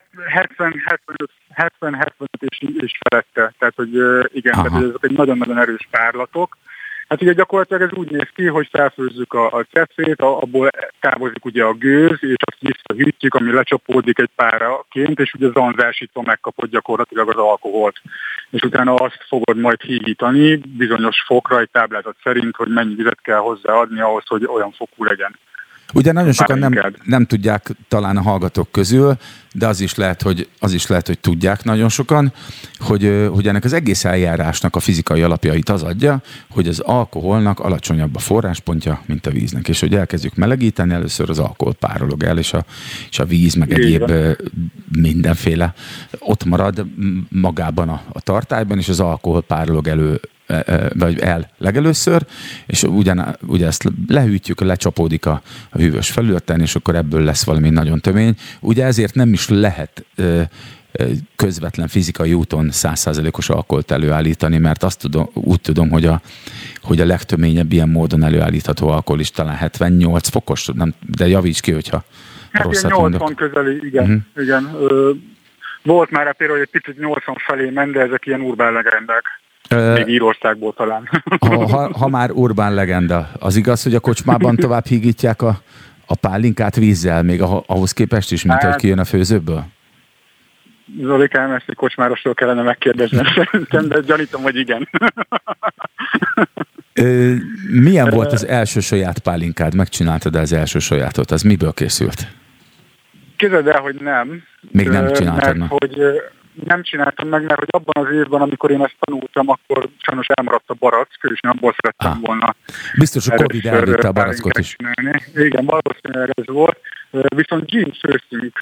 hetven-hetvenöt és, és felette. Tehát, hogy igen, tehát, hogy ezek egy nagyon-nagyon erős párlatok. Hát ugye gyakorlatilag ez úgy néz ki, hogy felfőzzük a, a cefrét, abból távozik ugye a gőz, és azt visszahűtjük, ami lecsapódik egy páraként, és ugye zanzásítva megkapod gyakorlatilag az alkoholt. És utána azt fogod majd hígítani bizonyos fokra, egy táblázat szerint, hogy mennyi vizet kell hozzáadni ahhoz, hogy olyan fokú legyen. Ugye nagyon sokan nem, nem tudják talán a hallgatók közül, de az is lehet, hogy, az is lehet, hogy tudják nagyon sokan, hogy, hogy ennek az egész eljárásnak a fizikai alapjait az adja, hogy az alkoholnak alacsonyabb a forráspontja, mint a víznek. És hogy elkezdjük melegíteni, először az alkohol párolog el, és a, és a víz, meg egyéb mindenféle ott marad magában a, a tartályban, és az alkohol párolog elő, vagy el legelőször, és ugyan, ugye ezt lehűtjük, lecsapódik a, a hűvös felületen, és akkor ebből lesz valami nagyon tömény. Ugye ezért nem is lehet ö, ö, közvetlen fizikai úton száz százalékos alkoholt előállítani, mert azt tudom, úgy tudom, hogy a, hogy a legtöményebb ilyen módon előállítható alkohol is talán hetvennyolc fokos, nem, de javíts ki, hogyha hát rosszat mondok. nyolcvan közeli, igen. Uh-huh. igen. Ö, volt már például, hogy egy picit nyolcvan felé ment, de ezek ilyen urbán legendák. Még Írországból talán. Ha, ha, ha már urbán legenda, az igaz, hogy a kocsmában tovább hígítják a, a pálinkát vízzel, még ahhoz képest is, mint hát, hogy kijön a főzőből? Zolikám, ezt egy kocsmárosról kellene megkérdeznem, szerintem, de gyanítom, hogy igen. Ö, milyen volt az első saját pálinkád? Megcsináltad az első sajátot? Az miből készült? Képzeld el, hogy nem. Még nem csináltad meg. Hogy nem csináltam meg, mert hogy abban az évben, amikor én ezt tanultam, akkor sajnos elmaradt a barack, és én abból szerettem ah. volna. Biztos, hogy Covid elvitte a barackot is. Csinálni. Igen, valószínűleg ez volt. Viszont gin főztünk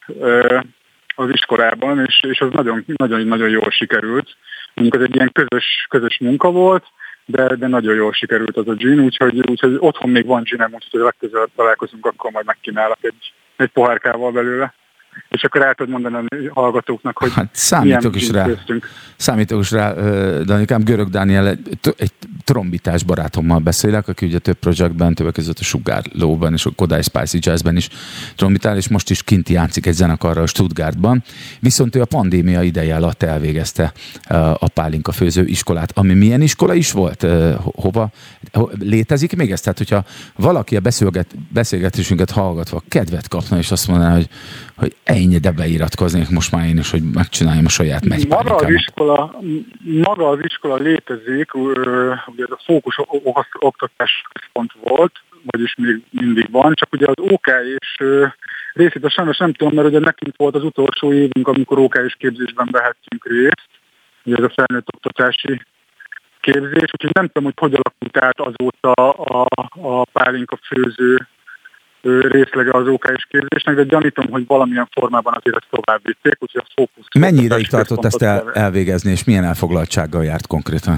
az iskolában, és, és az nagyon, nagyon, nagyon jól sikerült. Mondjuk az egy ilyen közös, közös munka volt, de, de nagyon jól sikerült az a gin, úgyhogy, úgyhogy otthon még van ginem, úgyhogy legközelebb találkozunk, akkor majd megkínálok egy, egy pohárkával belőle. És akkor el tudod mondani a hallgatóknak, hogy hát számítok is rá, számítok is rá, Danikám, Görög Dániel, egy, egy trombitás barátommal beszélek, aki ugye több projektben, többek között a Sugárlóban és a Kodály Spicy Jazzben is trombitál, és most is kint játszik egy zenekarral Stuttgartban. Viszont ő a pandémia ideje alatt elvégezte a pálinka főző iskolát, ami milyen iskola is volt? Hova? Létezik még ez? Tehát, hogyha valaki a beszélget, beszélgetésünket hallgatva kedvet kapna, és azt mondaná, hogy, hogy ennyi, de beiratkoznék most már én is, hogy megcsináljam a saját megypálinkámat. Maga az iskola, maga az iskola létezik, ugye ez a Fókusz Oktatás Központ volt, vagyis még mindig van, csak ugye az ó ká és részét a sajnos nem tudom, mert ugye nekünk volt az utolsó évünk, amikor ó ká és képzésben vehettünk részt, ugye ez a felnőtt oktatási képzés, úgyhogy nem tudom, hogy hogy alakult át azóta a, a pálinka főző részlege az ó ká és képzésnek, de gyanítom, hogy valamilyen formában azért ezt tovább vitték, úgyhogy a Fókusz... Mennyi ideig tartott ezt el, elvégezni, és milyen elfoglaltsággal járt konkrétan?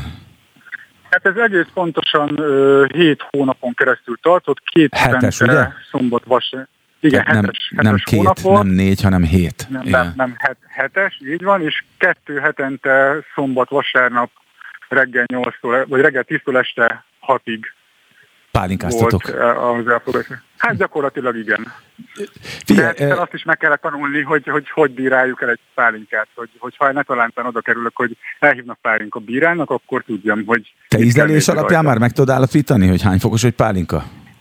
Hát ez egész pontosan hét uh, hónapon keresztül tartott, két hetes, ugye? Szombat, vasárnap. Igen, nem, hetes, nem hetes két, hónapon. nem négy, hanem hét. Nem, nem, nem het, hetes, így van, és kettő hetente szombat, vasárnap reggel nyolctól, vagy reggel tíztől este hatig pálinkáztatok. Volt az elfogadás. Hát gyakorlatilag igen. Figyelj, de hát, azt is meg kellett tanulni, hogy hogy, hogy bíráljuk el egy pálinkát, hogy, hogy ha netalántán oda kerülök, hogy elhívnak pálinka bírának, akkor tudjam, hogy... Te ízlelés alapján rajta. Már meg tudod állapítani, hogy hány fokos egy pálinka?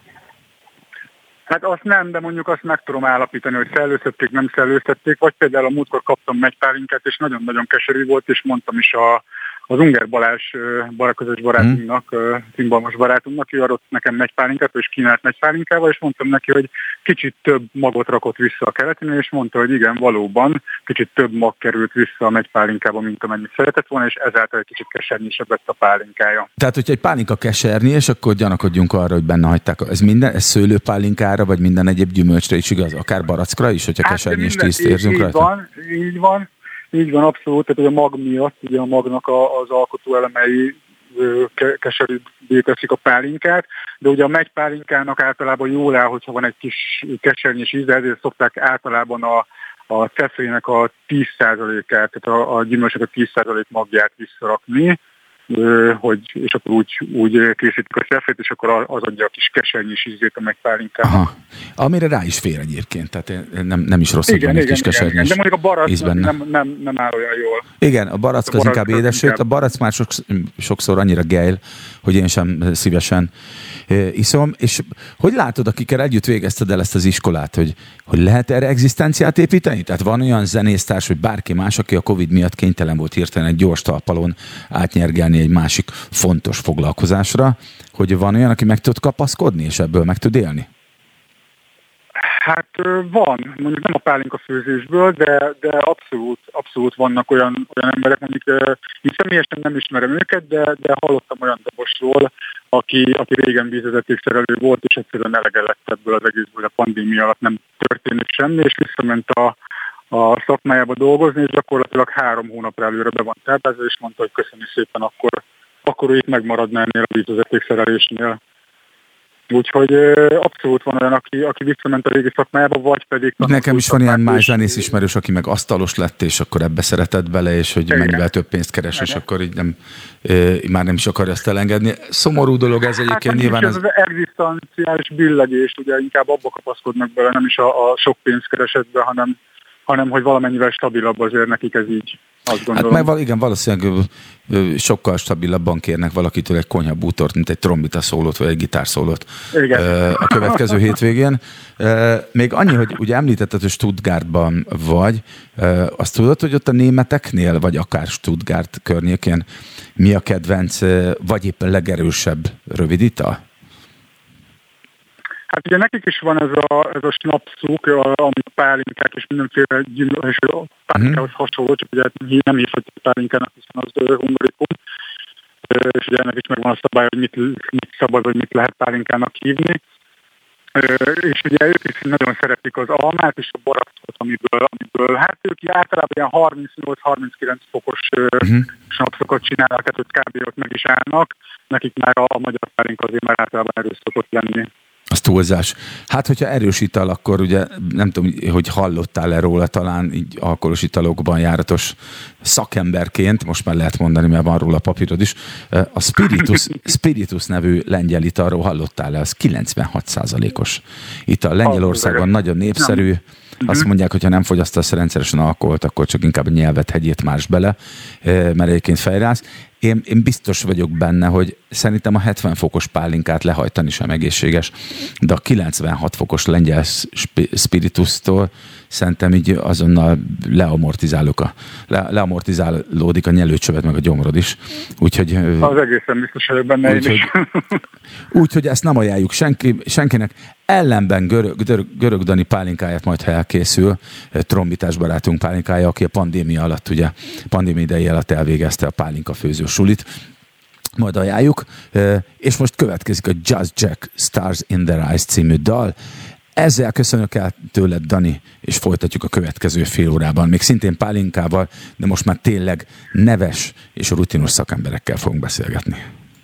Hát azt nem, de mondjuk azt meg tudom állapítani, hogy szellőztették, nem szellőztették, vagy például a múltkor kaptam megypálinkát, és nagyon-nagyon keserű volt, és mondtam is a az Unger Balázs közös barátunknak, hmm. cimbalmas barátunknak, ő adott nekem megypálinkát, és kínált megypálinkával, és mondtam neki, hogy kicsit több magot rakott vissza a keletinél, és mondta, hogy igen, valóban kicsit több mag került vissza a megypálinkába, mint amennyit szeretett volna, és ezáltal egy kicsit kesernyésebb lett a pálinkája. Tehát, hogyha egy pálinka keserni, és akkor gyanakodjunk arra, hogy benne hagyták. Ez minden, ez szőlőpálinkára, vagy minden egyéb gyümölcsre is igaz? Akár barackra is, hogyha hát, kesernyés tízt érzünk így rajta? Van, így van. Így van, abszolút, tehát a mag miatt, ugye a magnak a, az alkotó elemei keserűbbé teszik a pálinkát, de ugye a megypálinkának általában jól áll, hogyha van egy kis kesernyés íze, ezért szokták általában a, a cefrének a tíz százalékát, tehát a, a gyümölcsök a tíz százalék magját visszarakni, hogy, és akkor úgy, úgy készítik a cefrét, és akkor az adja a kis kesernyés ízét a megypálinkának. Amire rá is fér egyébként, tehát nem, nem is rossz, igen, hogy van egy kis kesernyés. De mondjuk a barack nem, nem, nem áll olyan jól. Igen, a barack az inkább édes, sőt a barack már sok, sokszor annyira gejl, hogy én sem szívesen iszom. És hogy látod, akikkel együtt végezted el ezt az iskolát, hogy, hogy lehet erre egzisztenciát építeni? Tehát van olyan zenésztárs, vagy bárki más, aki a Covid miatt kénytelen volt hirtelen egy gyors talpalon átnyergelni egy másik fontos foglalkozásra, hogy van olyan, aki meg tud kapaszkodni, és ebből meg tud élni? Hát van, mondjuk nem a pálinka főzésből, de, de abszolút, abszolút vannak olyan, olyan emberek, mondjuk én személyesen nem ismerem őket, de, de hallottam olyan dobosról, aki, aki régen vízvezetékszerelő volt, és egyszerűen elege lett ebből az egészből, a pandémia alatt nem történik semmi, és visszament a, a szakmájába dolgozni, és gyakorlatilag három hónapra előre be van táblázva, és mondta, hogy köszönjük szépen, akkor, akkor ő itt megmaradna ennél a vízvezetékszerelésnél. Úgyhogy abszolút van olyan, aki, aki visszament a régi szakmájába, vagy pedig... Nekem is van ilyen más zenész ismerős, aki meg asztalos lett, és akkor ebbe szeretett bele, és hogy igen, mennyivel több pénzt keres, igen, és akkor így nem, e, már nem is akarja ezt elengedni. Szomorú dolog ez egyébként. Hát nyilván ez... az egzisztenciális billegés, ugye inkább abba kapaszkodnak bele, nem is a, a sok pénzkeresetbe, hanem, hanem hogy valamennyivel stabilabb azért nekik ez így. azt gondolom. Hát meg igen, valószínűleg sokkal stabilabban kérnek valakitől egy konyhabútort, mint egy trombita szólót, vagy egy gitárszólót a következő hétvégén. Még annyi, hogy ugye említetted, hogy Stuttgartban vagy, azt tudod, hogy ott a németeknél, vagy akár Stuttgart környékén mi a kedvenc, vagy éppen legerősebb rövidita? Hát ugye nekik is van ez a, ez a snapszuk, ami a pálinkák és mindenféle gyümölcs, pálinkához hasonló, csak ugye nem hívhatjuk pálinkának, hiszen az hungarikum. És ugye ennek is megvan a szabály, hogy mit, mit szabad, hogy mit lehet pálinkának hívni. És ugye ők is nagyon szeretik az almát és a barackot, amiből, amiből hát ők általában ilyen harmincnyolc-harminckilenc fokos uh-huh. snapszokat csinálnak, tehát ott kb. Ott meg is állnak. Nekik már a, a magyar pálinka azért már általában erős szokott lenni. Az túlzás. Hát, hogyha erős ital, akkor ugye nem tudom, hogy hallottál-e róla, talán így alkoholos italokban járatos szakemberként, most már lehet mondani, mert van róla papírod is, a Spiritus, Spiritus nevű lengyel italról hallottál-e? Az kilencvenhat százalékos ital. Lengyelországban nagyon népszerű. Azt mondják, hogy ha nem fogyasztasz rendszeresen alkoholt, akkor csak inkább a nyelvet hegyét más bele, mert egyébként fejrász. Én, én biztos vagyok benne, hogy szerintem a hetven fokos pálinkát lehajtani sem egészséges, de a kilencvenhat fokos lengyel Spiritusztól szerintem így azonnal leamortizálok a, le, leamortizálódik a nyelőcsövet, meg a gyomrod is. Úgyhogy, az egészen biztos vagyok benne úgy, is. Úgyhogy ezt nem ajánljuk senki, senkinek. Ellenben görög, görög, görög Dani pálinkáját majd, ha elkészül, trombitás barátunk pálinkája, aki a pandémia alatt, ugye pandémia idejé alatt elvégezte a pálinka főző sulit, majd ajánljuk, és most következik a Jazz Jack Stars in Their Eyes című dal. Ezzel köszönök el tőled, Dani, és folytatjuk a következő fél órában. Még szintén pálinkával, de most már tényleg neves és rutinos szakemberekkel fogunk beszélgetni.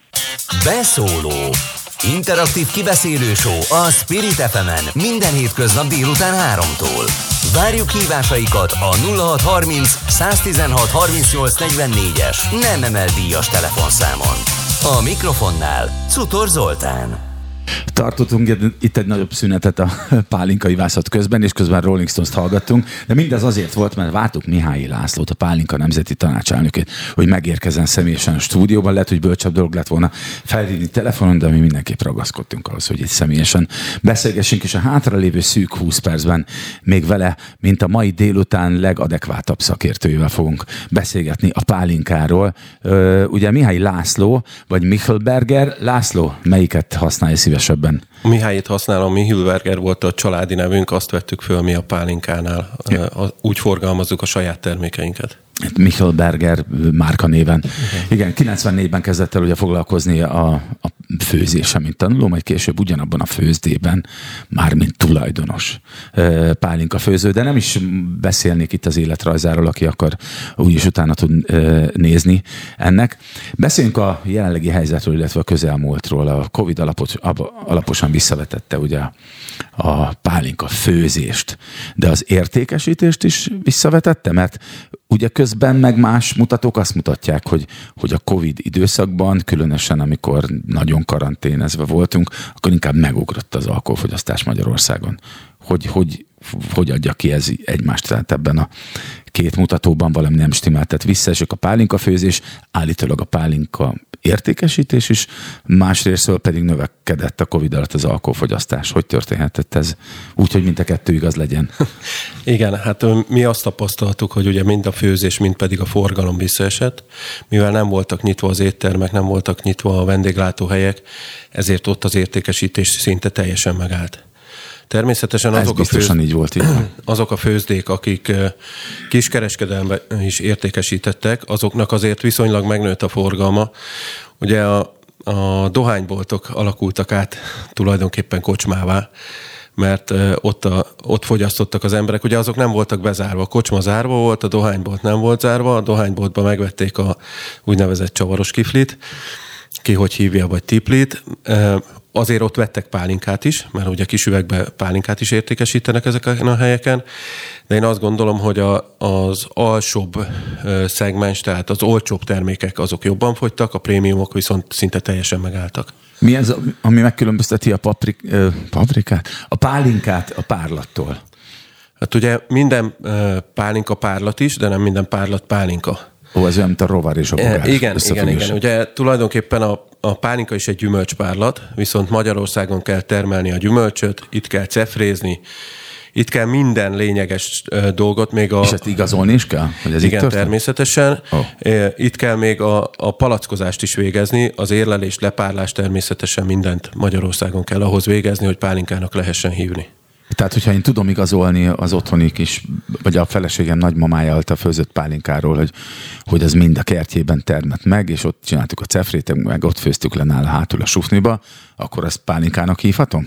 Beszóló. Interaktív kibeszélő show a Spirit ef emen minden hétköznap délután háromtól. Várjuk hívásaikat a nulla hat harminc száztizenhat harmincnyolc negyvennégyes nem emel díjas telefonszámon. A mikrofonnál Cutor Zoltán. Tartottunk itt egy nagyobb szünetet a pálinkai vászat közben, és közben Rolling Stones-t hallgattunk, de mindez azért volt, mert vártuk Mihály Lászlót, a Pálinka Nemzeti Tanácselnökét, hogy megérkezzen személyesen a stúdióban. Lehet, hogy bölcsebb dolog lett volna felhívni telefonon, de mi mindenképp ragaszkodtunk ahhoz, hogy itt személyesen beszélgessünk, és a hátralévő szűk húsz percben még vele, mint a mai délután legadekvátabb szakértőjével fogunk beszélgetni a pálinkáról. Ugye Mihály László, vagy Michelberger. László, melyiket használja szívesebben? Mihályt használom, Michelberger volt a családi nevünk, azt vettük föl mi a pálinkánál. Ja. Úgy forgalmazzuk a saját termékeinket. Michelberger márka néven. Okay. Igen, kilencvennégyben kezdett el ugye foglalkozni a, a főzése, mint tanuló, majd később ugyanabban a főzdében, már mint tulajdonos pálinka főző, de nem is beszélnék itt az életrajzáról, aki akar úgyis utána tud nézni ennek. Beszéljünk a jelenlegi helyzetről, illetve a közelmúltról. A Covid alapos, alaposan visszavetette ugye a pálinka főzést, de az értékesítést is visszavetette, mert ugye közben meg más mutatók azt mutatják, hogy, hogy a Covid időszakban, különösen amikor nagyon karanténezve voltunk, akkor inkább megugrott az alkoholfogyasztás Magyarországon. Hogy, hogy, hogy adja ki ez egymást, tehát ebben a két mutatóban valami nem stimmelt, tehát visszaesik a pálinkafőzés, állítólag a pálinka értékesítés is, másrésztől pedig növekedett a Covid alatt az alkoholfogyasztás. Hogy történhetett ez? Úgy, hogy mind a kettő igaz legyen. Igen, hát mi azt tapasztaltuk, hogy ugye mind a főzés, mind pedig a forgalom visszaesett, mivel nem voltak nyitva az éttermek, nem voltak nyitva a vendéglátóhelyek, ezért ott az értékesítés szinte teljesen megállt. Természetesen azok a, főz... így volt, így. azok a főzdék, akik kiskereskedelemben is értékesítettek, azoknak azért viszonylag megnőtt a forgalma. Ugye a, a dohányboltok alakultak át tulajdonképpen kocsmává, mert ott, a, ott fogyasztottak az emberek. Ugye azok nem voltak bezárva. A kocsma zárva volt, a dohánybolt nem volt zárva, a dohányboltban megvették a úgynevezett csavaros kiflit, ki hogy hívja, vagy tiplit. Azért ott vettek pálinkát is, mert ugye kis üvegbe pálinkát is értékesítenek ezeken a helyeken, de én azt gondolom, hogy a, az alsóbb szegmens, tehát az olcsóbb termékek azok jobban fogytak, a prémiumok viszont szinte teljesen megálltak. Mi ez, ami megkülönbözteti a paprik, paprikát? A pálinkát a párlattól? Hát ugye minden pálinka párlat is, de nem minden párlat pálinka. Ó, ez olyan, mint a rovar és a bogár. Igen, igen, igen. Ugye tulajdonképpen a, a pálinka is egy gyümölcspárlat, viszont Magyarországon kell termelni a gyümölcsöt, itt kell cefrézni, itt kell minden lényeges dolgot, még a... És ezt igazolni is kell? Hogy ez igen, természetesen. Oh. Itt kell még a, a palackozást is végezni, az érlelés, lepárlás természetesen mindent Magyarországon kell ahhoz végezni, hogy pálinkának lehessen hívni. Tehát, hogyha én tudom igazolni az otthoni kis, vagy a feleségem nagymamája által főzött pálinkáról, hogy, hogy ez mind a kertjében termett meg, és ott csináltuk a cefrét, meg ott főztük le nála hátul a sufniba, akkor ezt pálinkának hívhatom?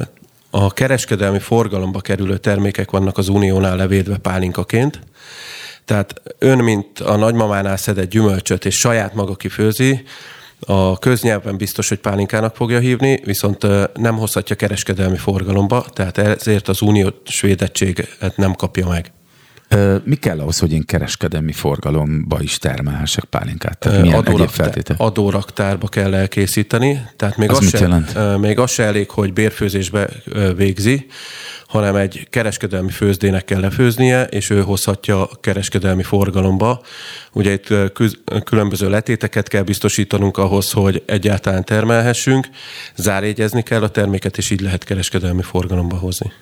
A kereskedelmi forgalomba kerülő termékek vannak az Uniónál levédve pálinkaként. Tehát ön, mint a nagymamánál szedett gyümölcsöt, és saját maga kifőzi, a köznyelven biztos, hogy pálinkának fogja hívni, viszont nem hozhatja kereskedelmi forgalomba, tehát ezért az uniós védettséget nem kapja meg. Mi kell ahhoz, hogy én kereskedelmi forgalomba is termelhessek pálinkát? Tehát milyen egyéb feltétel? Adóraktárba kell elkészíteni, tehát még az, az, se, még az se elég, hogy bérfőzésbe végzi, hanem egy kereskedelmi főzdének kell lefőznie, és ő hozhatja kereskedelmi forgalomba. Ugye itt különböző letéteket kell biztosítanunk ahhoz, hogy egyáltalán termelhessünk, zárjegyezni kell a terméket, és így lehet kereskedelmi forgalomba hozni.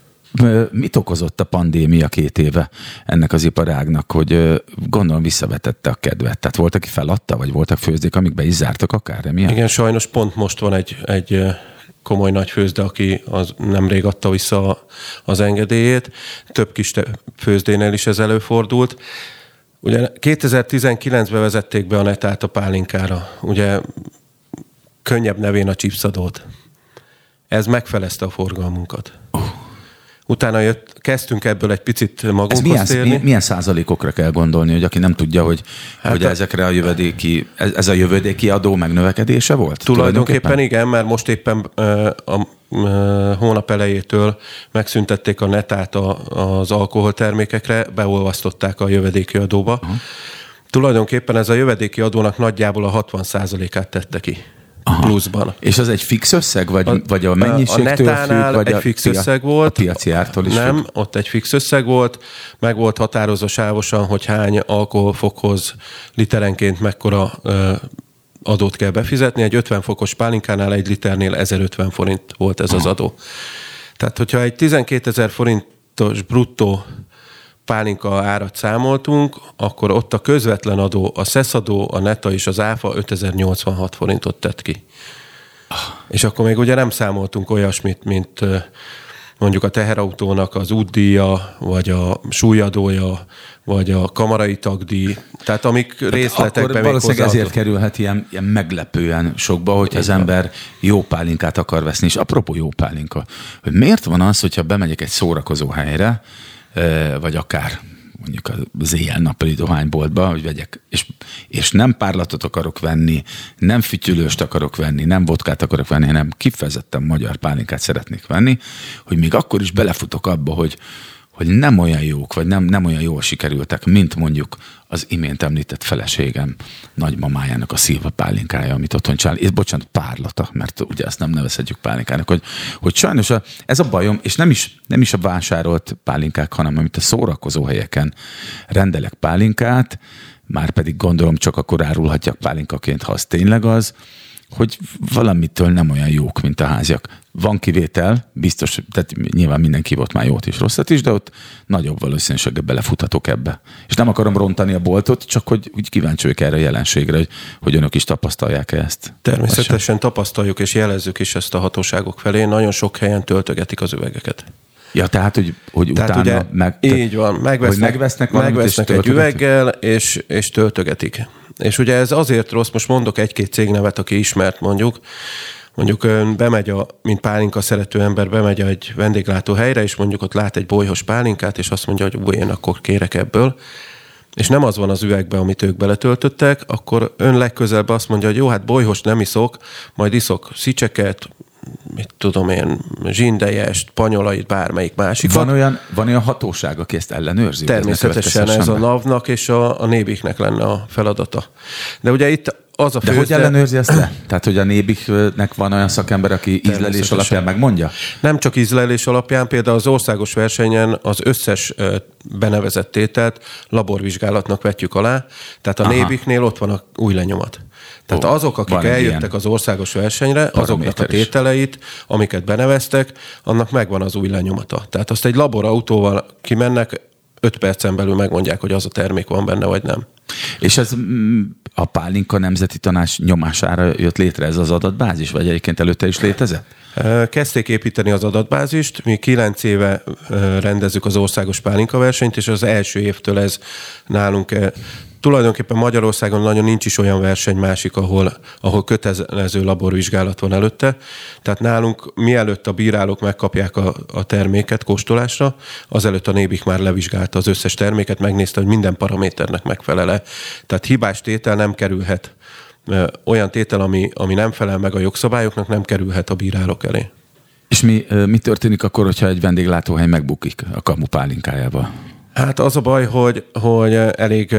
Mit okozott a pandémia két éve ennek az iparágnak, hogy gondolom visszavetette a kedvet? Tehát volt, aki feladta, vagy voltak főzdék, amik be is zártak akár? Milyen? Igen, sajnos pont most van egy, egy komoly nagy főzde, aki az nemrég adta vissza az engedélyét. Több kis főzdénél is ez előfordult. Ugye kétezer-tizenkilencben vezették be a netát a pálinkára. Ugye könnyebb nevén a chipsadót. Ez megfelezte a forgalmunkat. Oh. Utána jött, kezdtünk ebből egy picit magunkhoz milyen, térni. Milyen, milyen százalékokra kell gondolni, hogy aki nem tudja, hogy, hát hogy a, ezekre a jövedéki, ez, ez a jövedéki adó megnövekedése volt? Tulajdonképpen, tulajdonképpen igen, mert most éppen a, a, a hónap elejétől megszüntették a netát a, az alkoholtermékekre, beolvasztották a jövedéki adóba. Uh-huh. Tulajdonképpen ez a jövedéki adónak nagyjából a hatvan százalékát tette ki. Aha. Pluszban. És az egy fix összeg, vagy a, vagy a mennyiségtől a függ, vagy egy a fix összeg volt. A piaci ártól is Nem, függ. ott egy fix összeg volt, meg volt határozva sávosan, hogy hány alkoholfokhoz literenként mekkora ö, adót kell befizetni. Egy ötven fokos pálinkánál egy liternél ezerötven forint volt ez Aha. az adó. Tehát, hogyha egy tizenkétezer forintos bruttó pálinka árat számoltunk, akkor ott a közvetlen adó, a szeszadó, a neta és az áfa ötezer-nyolcvanhat forintot tett ki. Ah. És akkor még ugye nem számoltunk olyasmit, mint mondjuk a teherautónak az útdíja, vagy a súlyadója, vagy a kamarai tagdíj, tehát amik tehát részletekben még valószínűleg ezért kerülhet ilyen, ilyen meglepően sokba, hogy az ember jó pálinkát akar veszni. És apropó jó pálinka, hogy miért van az, hogyha bemegyek egy szórakozó helyre, vagy akár mondjuk az éjjel-nappali dohányboltba, hogy vegyek, és, és nem párlatot akarok venni, nem fütyülőst akarok venni, nem vodkát akarok venni, hanem kifejezetten magyar pálinkát szeretnék venni, hogy még akkor is belefutok abba, hogy, hogy nem olyan jók, vagy nem, nem olyan jól sikerültek, mint mondjuk az imént említett feleségem nagymamájának a szilva pálinkája, amit otthon csinál. És bocsánat, párlata, mert ugye ezt nem nevezhetjük pálinkának, hogy, hogy sajnos a, ez a bajom, és nem is, nem is a vásárolt pálinkák, hanem amit a szórakozó helyeken rendelek pálinkát, már pedig gondolom csak akkor árulhatjak pálinkaként, ha az tényleg az, hogy valamitől nem olyan jók, mint a háziak. Van kivétel, biztos, tehát nyilván mindenki volt már jót és rosszat is, de ott nagyobb valószínűséggel belefuthatok ebbe. És nem akarom rontani a boltot, csak hogy úgy kíváncsi vagyok erre a jelenségre, hogy, hogy önök is tapasztalják-e ezt. Természetesen tapasztaljuk és jelezzük is ezt a hatóságok felé. Nagyon sok helyen töltögetik az üvegeket. Ja, tehát, hogy, hogy tehát utána ugye, meg... Így van, megvesznek, megvesznek, megvesznek egy üveggel, és, és töltögetik. És ugye ez azért rossz, most mondok egy-két cégnevet, aki ismert mondjuk, mondjuk ön bemegy, a, mint pálinka szerető ember, bemegy egy vendéglátóhelyre, és mondjuk ott lát egy bolyhos pálinkát, és azt mondja, hogy új, én akkor kérek ebből, és nem az van az üvegben, amit ők beletöltöttek, akkor ön legközelebb azt mondja, hogy jó, hát bolyhos nem iszok, majd iszok szicseket, mit tudom én, zsindelyest, panyolait, bármelyik másikat. Van olyan, van olyan hatóság, aki ezt ellenőrzi? Természetesen ez a NAV-nak és a, a nébiknek lenne a feladata. De ugye itt az a főzde... De hogy ellenőrzi ezt le? Tehát, hogy a Nébiknek van olyan szakember, aki ízlelés alapján megmondja? Nem csak ízlelés alapján, például az országos versenyen az összes benevezett tételt laborvizsgálatnak vetjük alá, tehát a Aha. Nébiknél ott van a új lenyomat. Tehát Ó, azok, akik eljöttek ilyen az országos versenyre, azoknak a tételeit, amiket beneveztek, annak megvan az új lenyomata. Tehát azt egy laborautóval kimennek, öt percen belül megmondják, hogy az a termék van benne, vagy nem. És ez a Pálinka Nemzeti Tanács nyomására jött létre ez az adatbázis, vagy egyébként előtte is létezett? Kezdték építeni az adatbázist, mi kilenc éve rendezzük az országos pálinka versenyt, és az első évtől ez nálunk tulajdonképpen Magyarországon nagyon nincs is olyan verseny másik, ahol, ahol kötelező laborvizsgálat van előtte. Tehát nálunk mielőtt a bírálók megkapják a, a terméket kóstolásra, azelőtt a Nébik már levizsgálta az összes terméket, megnézte, hogy minden paraméternek megfelel-e. Tehát hibás tétel nem kerülhet. Olyan tétel, ami, ami nem felel meg a jogszabályoknak, nem kerülhet a bírálók elé. És mi, mi történik akkor, hogyha egy vendéglátóhely megbukik a Kamu pálinkájába? Hát az a baj, hogy, hogy elég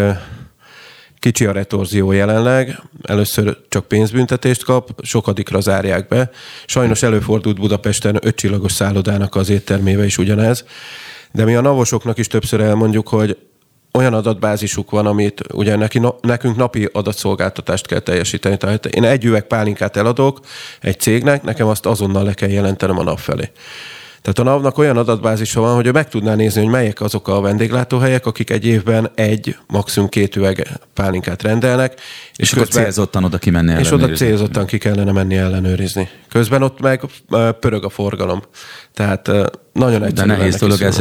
kicsi a retorzió jelenleg. Először csak pénzbüntetést kap, sokadikra zárják be. Sajnos előfordult Budapesten ötcsillagos szállodának az éttermébe is ugyanez. De mi a navosoknak is többször elmondjuk, hogy olyan adatbázisuk van, amit ugye neki, nekünk napi adatszolgáltatást kell teljesíteni. Tehát én egy üveg pálinkát eladok egy cégnek, nekem azt azonnal le kell jelentenem a nap felé. Tehát a NAV-nak olyan adatbázisa van, hogy ő meg tudná nézni, hogy melyek azok a vendéglátóhelyek, akik egy évben egy, maximum két üveg pálinkát rendelnek. És, és közben, akkor célzottan oda kimenni ellenőrizni. És oda célzottan ki kellene menni ellenőrizni. Közben ott meg pörög a forgalom. Tehát nagyon egyszerű. De nehéz dolog, ez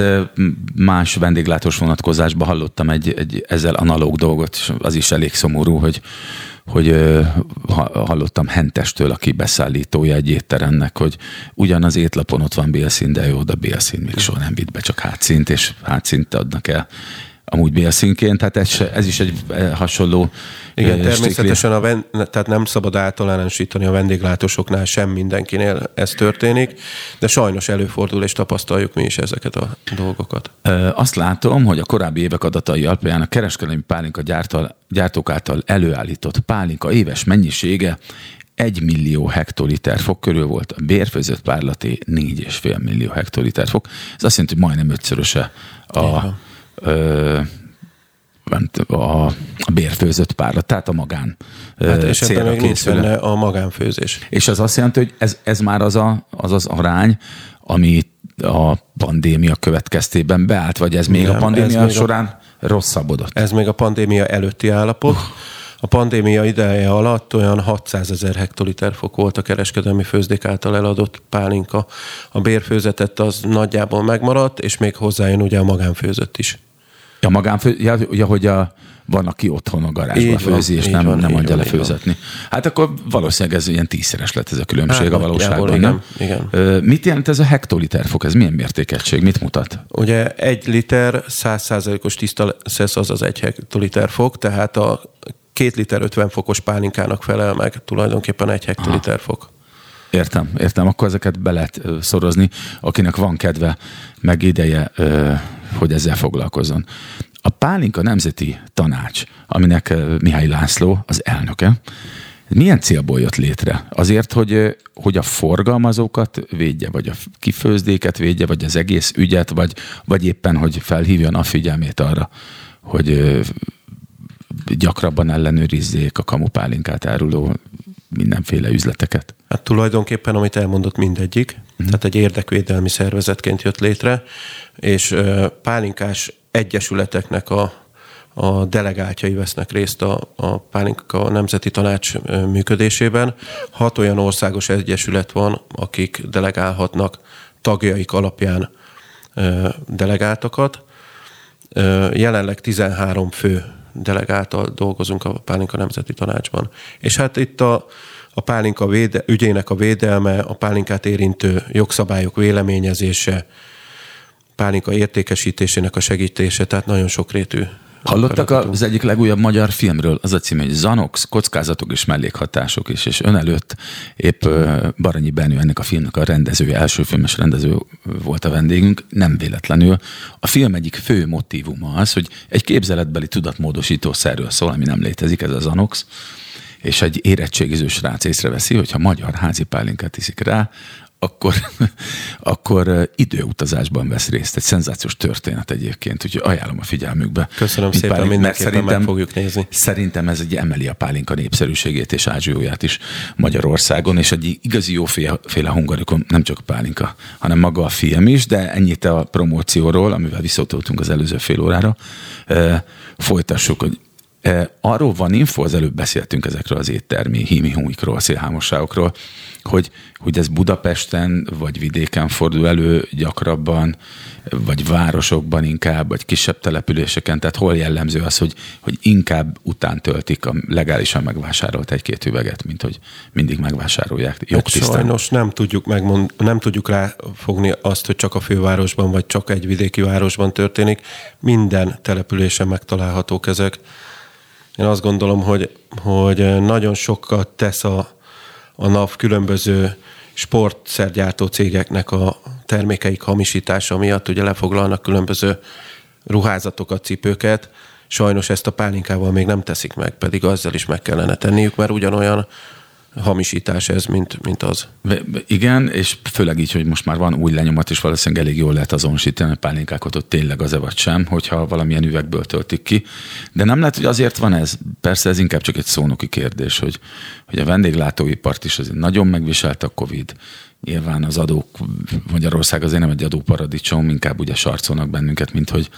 más vendéglátós vonatkozásban hallottam egy, egy ezzel analóg dolgot, és az is elég szomorú, hogy hogy hallottam Hentestől, aki beszállítója egy étteremnek, hogy ugyan az étlapon ott van bélszín, de ő oda bélszín még soha nem vitt be, csak hátszínt, és hátszínt adnak el amúgy bélszínként, tehát ez, ez is egy hasonló. Igen, természetesen a vend, tehát nem szabad általánosítani a vendéglátósoknál, sem mindenkinél ez történik, de sajnos előfordul, és tapasztaljuk mi is ezeket a dolgokat. Azt látom, hogy a korábbi évek adatai alapján a kereskedelmi pálinka gyártal, gyártók által előállított pálinka éves mennyisége egy millió hektoliter fok körül volt, a bérfőzött párlaté négy és fél millió hektoliter fok. Ez azt jelenti, hogy majdnem ötszöröse a ja. Ö, a, a bérfőzött párlat, tehát a magán hát és célra még nincs benne a magánfőzés. És az azt jelenti, hogy ez, ez már az, a, az az arány, ami a pandémia következtében beállt, vagy ez még nem, a pandémia még során a, rosszabbodott? Ez még a pandémia előtti állapot. Uh. A pandémia ideje alatt olyan hatszázezer hektoliter fok volt a kereskedelmi főzdék által eladott pálinka. A bérfőzetet az nagyjából megmaradt, és még hozzájön ugye a magánfőzött is. A magánfő, ja, ja, hogy a, van, aki otthon a garázsban főzi, és nem, van, nem adja lefőzetni. Hát akkor valószínűleg ez ilyen tízszeres lett ez a különbség hát, a valóságban, igen, nem? Igen. Mit jelent ez a hektoliter fok? Ez milyen mértékegység? Mit mutat? Ugye egy liter száz százalékos tiszta szesz, az az egy hektoliter fok, tehát a két liter ötven fokos pálinkának felel meg tulajdonképpen egy hektoliter Aha. fok. Értem, értem. Akkor ezeket be lehet szorozni, akinek van kedve, meg ideje, hogy ezzel foglalkozzon. A Pálinka Nemzeti Tanács, aminek Mihály László az elnöke, milyen célból jött létre? Azért, hogy, hogy a forgalmazókat védje, vagy a kifőzdéket védje, vagy az egész ügyet, vagy, vagy éppen, hogy felhívjon a figyelmét arra, hogy gyakrabban ellenőrizzék a kamupálinkát áruló mindenféle üzleteket? Hát tulajdonképpen, amit elmondott mindegyik, mm. tehát egy érdekvédelmi szervezetként jött létre, és pálinkás egyesületeknek a, a delegáltjai vesznek részt a, a Pálinka Nemzeti Tanács működésében. Hat olyan országos egyesület van, akik delegálhatnak tagjaik alapján delegáltakat. Jelenleg tizenhárom fő delegáltal dolgozunk a Pálinka Nemzeti Tanácsban. És hát itt a, a pálinka véde, ügyének a védelme, a pálinkát érintő jogszabályok véleményezése, pálinka értékesítésének a segítése, tehát nagyon sokrétű. Hallottak az egyik legújabb magyar filmről, az a cím, hogy Zanox, kockázatok és mellékhatások is, és ön előtt épp Baranyi Benő, ennek a filmnek a rendezője, első filmes rendező volt a vendégünk, nem véletlenül. A film egyik fő motívuma az, hogy egy képzeletbeli tudatmódosítószerről szól, ami nem létezik, ez a Zanox, és egy érettségiző srác észreveszi, hogyha magyar házi pálinkát iszik rá, akkor, akkor időutazásban vesz részt. Egy szenzációs történet egyébként, úgyhogy ajánlom a figyelmükbe. Köszönöm Mint szépen, pálink, mindenképpen meg fogjuk nézni. Szerintem ez egy emeli a pálinka népszerűségét és ázsióját is Magyarországon, és egy igazi jóféle hungarikon, nem csak a pálinka, hanem maga a film is, de ennyit a promócióról, amivel visszatoltunk az előző fél órára. E, folytassuk, hogy e, arról van info, az előbb beszéltünk ezekről az éttermi hímihumikról, szélhámosságokról, hogy, hogy ez Budapesten vagy vidéken fordul elő gyakrabban, vagy városokban inkább, vagy kisebb településeken, tehát hol jellemző az, hogy, hogy inkább után töltik a legálisan megvásárolt egy-két üveget, mint hogy mindig megvásárolják jogtisztán. Sajnos nem tudjuk, megmond, nem tudjuk ráfogni azt, hogy csak a fővárosban, vagy csak egy vidéki városban történik. Minden településen megtalálhatók ezek. Én azt gondolom, hogy, hogy nagyon sokat tesz a a NAV különböző sportszergyártó cégeknek a termékeik hamisítása miatt, ugye lefoglalnak különböző ruházatokat, cipőket. Sajnos ezt a pálinkával még nem teszik meg, pedig azzal is meg kellene tenniük, mert ugyanolyan hamisítás ez, mint, mint az. Igen, és főleg így, hogy most már van új lenyomat, és valószínűleg elég jól lehet azonosítani a pálinkákat, ott tényleg az-e vagy sem, hogyha valamilyen üvegből töltik ki. De nem lehet, hogy azért van ez. Persze ez inkább csak egy szónoki kérdés, hogy, hogy a vendéglátóipart is azért nagyon megviselte a Covid. Nyilván az adók, Magyarország azért nem egy adóparadicsom, inkább ugye sarcolnak bennünket, mint hogy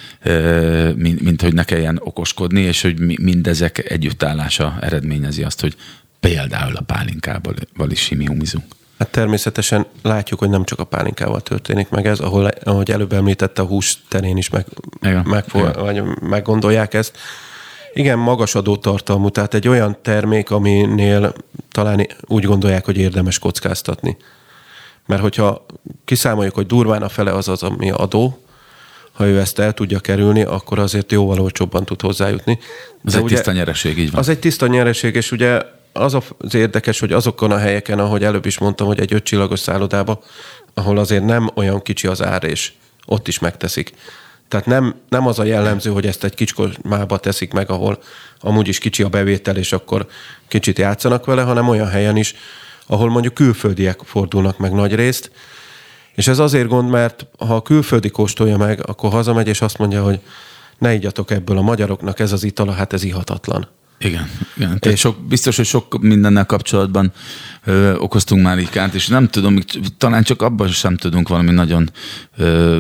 mint, mint hogy ne kelljen okoskodni, és hogy mindezek együttállása eredményezi azt, hogy például a pálinkával is himihumizunk. Hát természetesen látjuk, hogy nem csak a pálinkával történik meg ez, ahol, ahogy előbb említette, a hús terén is meg, meg, vagy meggondolják ezt. Igen, magas adótartalmú, tehát egy olyan termék, aminél talán úgy gondolják, hogy érdemes kockáztatni. Mert hogyha kiszámoljuk, hogy durván a fele az az, ami adó, ha ő ezt el tudja kerülni, akkor azért jóval olcsóbban tud hozzájutni. Ez De egy ugye, tiszta nyereség, így van. Az egy tiszta nyereség, és ugye az az érdekes, hogy azokon a helyeken, ahogy előbb is mondtam, hogy egy ötcsillagos szállodába, ahol azért nem olyan kicsi az ár, és ott is megteszik. Tehát nem, nem az a jellemző, hogy ezt egy kicskomába teszik meg, ahol amúgy is kicsi a bevétel, és akkor kicsit játszanak vele, hanem olyan helyen is, ahol mondjuk külföldiek fordulnak meg nagy részt. És ez azért gond, mert ha a külföldi kóstolja meg, akkor hazamegy, és azt mondja, hogy ne igyatok ebből, a magyaroknak ez az itala, hát ez ihatatlan. Igen, igen. És sok, biztos, hogy sok mindennel kapcsolatban ö, okoztunk már így kárt, és nem tudom, talán csak abban sem tudunk valami nagyon ö,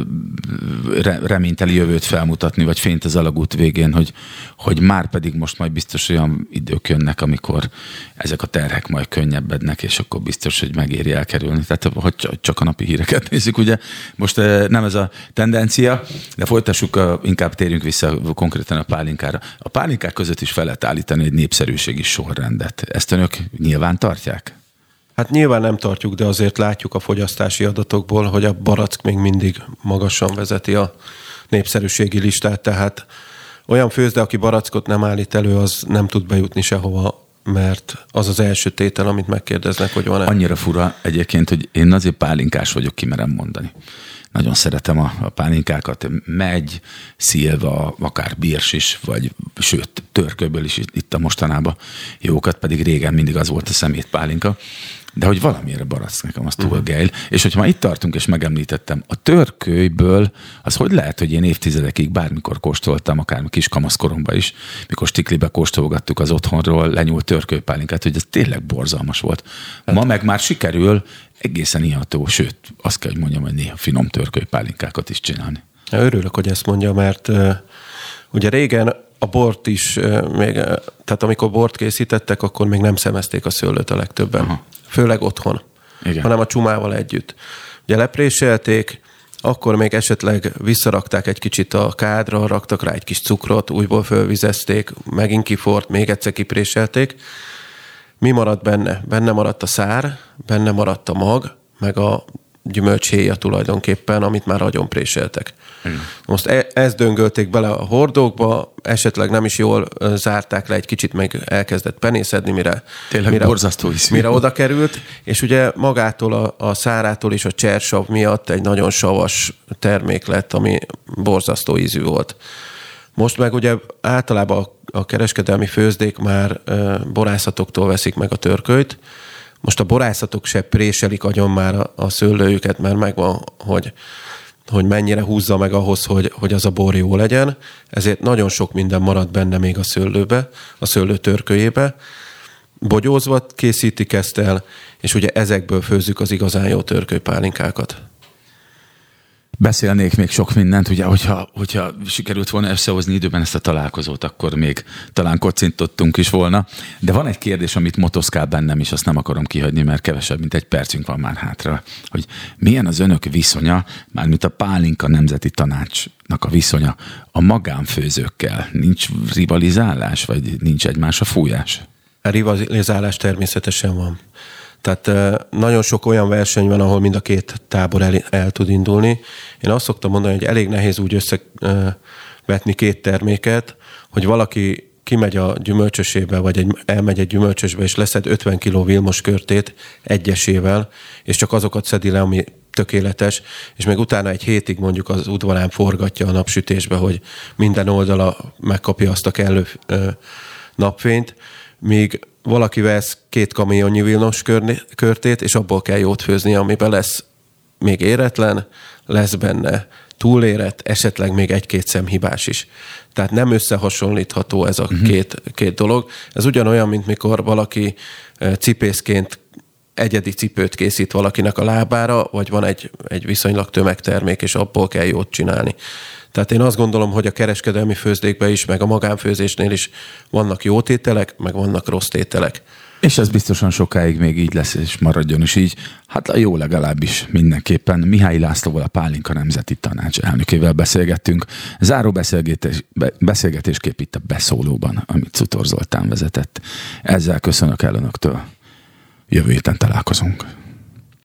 re, reményteli jövőt felmutatni, vagy fényt az alagút végén, hogy, hogy már pedig most majd biztos olyan idők jönnek, amikor ezek a terhek majd könnyebbednek, és akkor biztos, hogy megéri elkerülni. Tehát, hogy csak a napi híreket nézzük, ugye most nem ez a tendencia, de folytassuk, inkább térjünk vissza konkrétan a pálinkára. A pálinkák között is fel lehet állítani egy népszerűségi sorrendet. Ezt önök nyilván tartják? Hát nyilván nem tartjuk, de azért látjuk a fogyasztási adatokból, hogy a barack még mindig magasan vezeti a népszerűségi listát, tehát olyan főzde, aki barackot nem állít elő, az nem tud bejutni sehova, mert az az első tétel, amit megkérdeznek, hogy van-e. Annyira fura egyébként, hogy én azért pálinkás vagyok, kimerem mondani. Nagyon szeretem a, a pálinkákat, megy, szilva, akár bírs is, vagy sőt, törköből is itt a mostanában jókat, pedig régen mindig az volt a szemét pálinka. De hogy valamire barack nekem, az túl uh-huh. gejl. És hogyha már itt tartunk, és megemlítettem, a törkölyből, az hogy lehet, hogy én évtizedekig bármikor kóstoltam, akár kis kamaszkoromban is, mikor stiklibe kóstolgattuk az otthonról lenyúlt törkölypálinkát, hogy ez tényleg borzalmas volt. Hát. Ma meg már sikerül egészen iható, sőt, azt kell, hogy mondjam, hogy néha finom törkölypálinkákat is csinálni. Örülök, hogy ezt mondja, mert uh, ugye régen a bort is, uh, még, uh, tehát amikor bort készítettek, akkor még nem szemezték a szőlőt a legtöbben. Aha. Főleg otthon, igen. hanem a csumával együtt. Ugye lepréselték, akkor még esetleg visszarakták egy kicsit a kádra, raktak rá egy kis cukrot, újból fölvizezték, megint kifort, még egyszer kipréselték. Mi maradt benne? Benne maradt a szár, benne maradt a mag, meg a gyümölcshéja tulajdonképpen, amit már agyon préseltek. Igen. Most e- ezt döngölték bele a hordókba, esetleg nem is jól zárták le, egy kicsit meg elkezdett penészedni, mire, mire, mire oda került, és ugye magától, a, a szárától és a csersav miatt egy nagyon savas termék lett, ami borzasztó ízű volt. Most meg ugye általában a, a kereskedelmi főzdék már e, borászatoktól veszik meg a törkölyt. Most a borászatok se préselik agyon már a, a szőlőjüket, mert megvan, hogy, hogy mennyire húzza meg ahhoz, hogy, hogy az a bor jó legyen. Ezért nagyon sok minden marad benne még a szőlőbe, a szőlő törkölyébe. Bogyózva készítik ezt el, és ugye ezekből főzzük az igazán jó törkölypálinkákat. Beszélnék még sok mindent, ugye, hogyha, hogyha sikerült volna összehozni időben ezt a találkozót, akkor még talán kocintottunk is volna. De van egy kérdés, amit motoszkál bennem, és azt nem akarom kihagyni, mert kevesebb, mint egy percünk van már hátra, hogy milyen az önök viszonya, mármint a Pálinka Nemzeti Tanácsnak a viszonya a magánfőzőkkel. Nincs rivalizálás, vagy nincs egymásra fújás? A rivalizálás természetesen van. Tehát nagyon sok olyan verseny van, ahol mind a két tábor el, el tud indulni. Én azt szoktam mondani, hogy elég nehéz úgy összevetni két terméket, hogy valaki kimegy a gyümölcsösébe, vagy egy, elmegy egy gyümölcsösbe, és leszed ötven kiló Vilmos körtét egyesével, és csak azokat szedi le, ami tökéletes, és még utána egy hétig mondjuk az udvarán forgatja a napsütésbe, hogy minden oldala megkapja azt a kellő napfényt, míg valaki vesz két kamionnyi Vilmos körtét, és abból kell jót főzni, amiben lesz még éretlen, lesz benne túlérett, esetleg még egy-két szem hibás is. Tehát nem összehasonlítható ez a uh-huh. két, két dolog. Ez ugyanolyan, mint mikor valaki cipészként egyedi cipőt készít valakinek a lábára, vagy van egy, egy viszonylag tömegtermék, és abból kell jót csinálni. Tehát én azt gondolom, hogy a kereskedelmi főzdékben is, meg a magánfőzésnél is vannak jó tételek, meg vannak rossz tételek. És ez biztosan sokáig még így lesz, és maradjon is így. Hát a jó legalábbis mindenképpen. Mihály Lászlóval, a Pálinka Nemzeti Tanács elnökével beszélgettünk. Záró beszélgetés, beszélgetésképp itt a beszólóban, amit Cutor Zoltán vezetett. Ezzel köszönök el önöktől. Jövő héten találkozunk.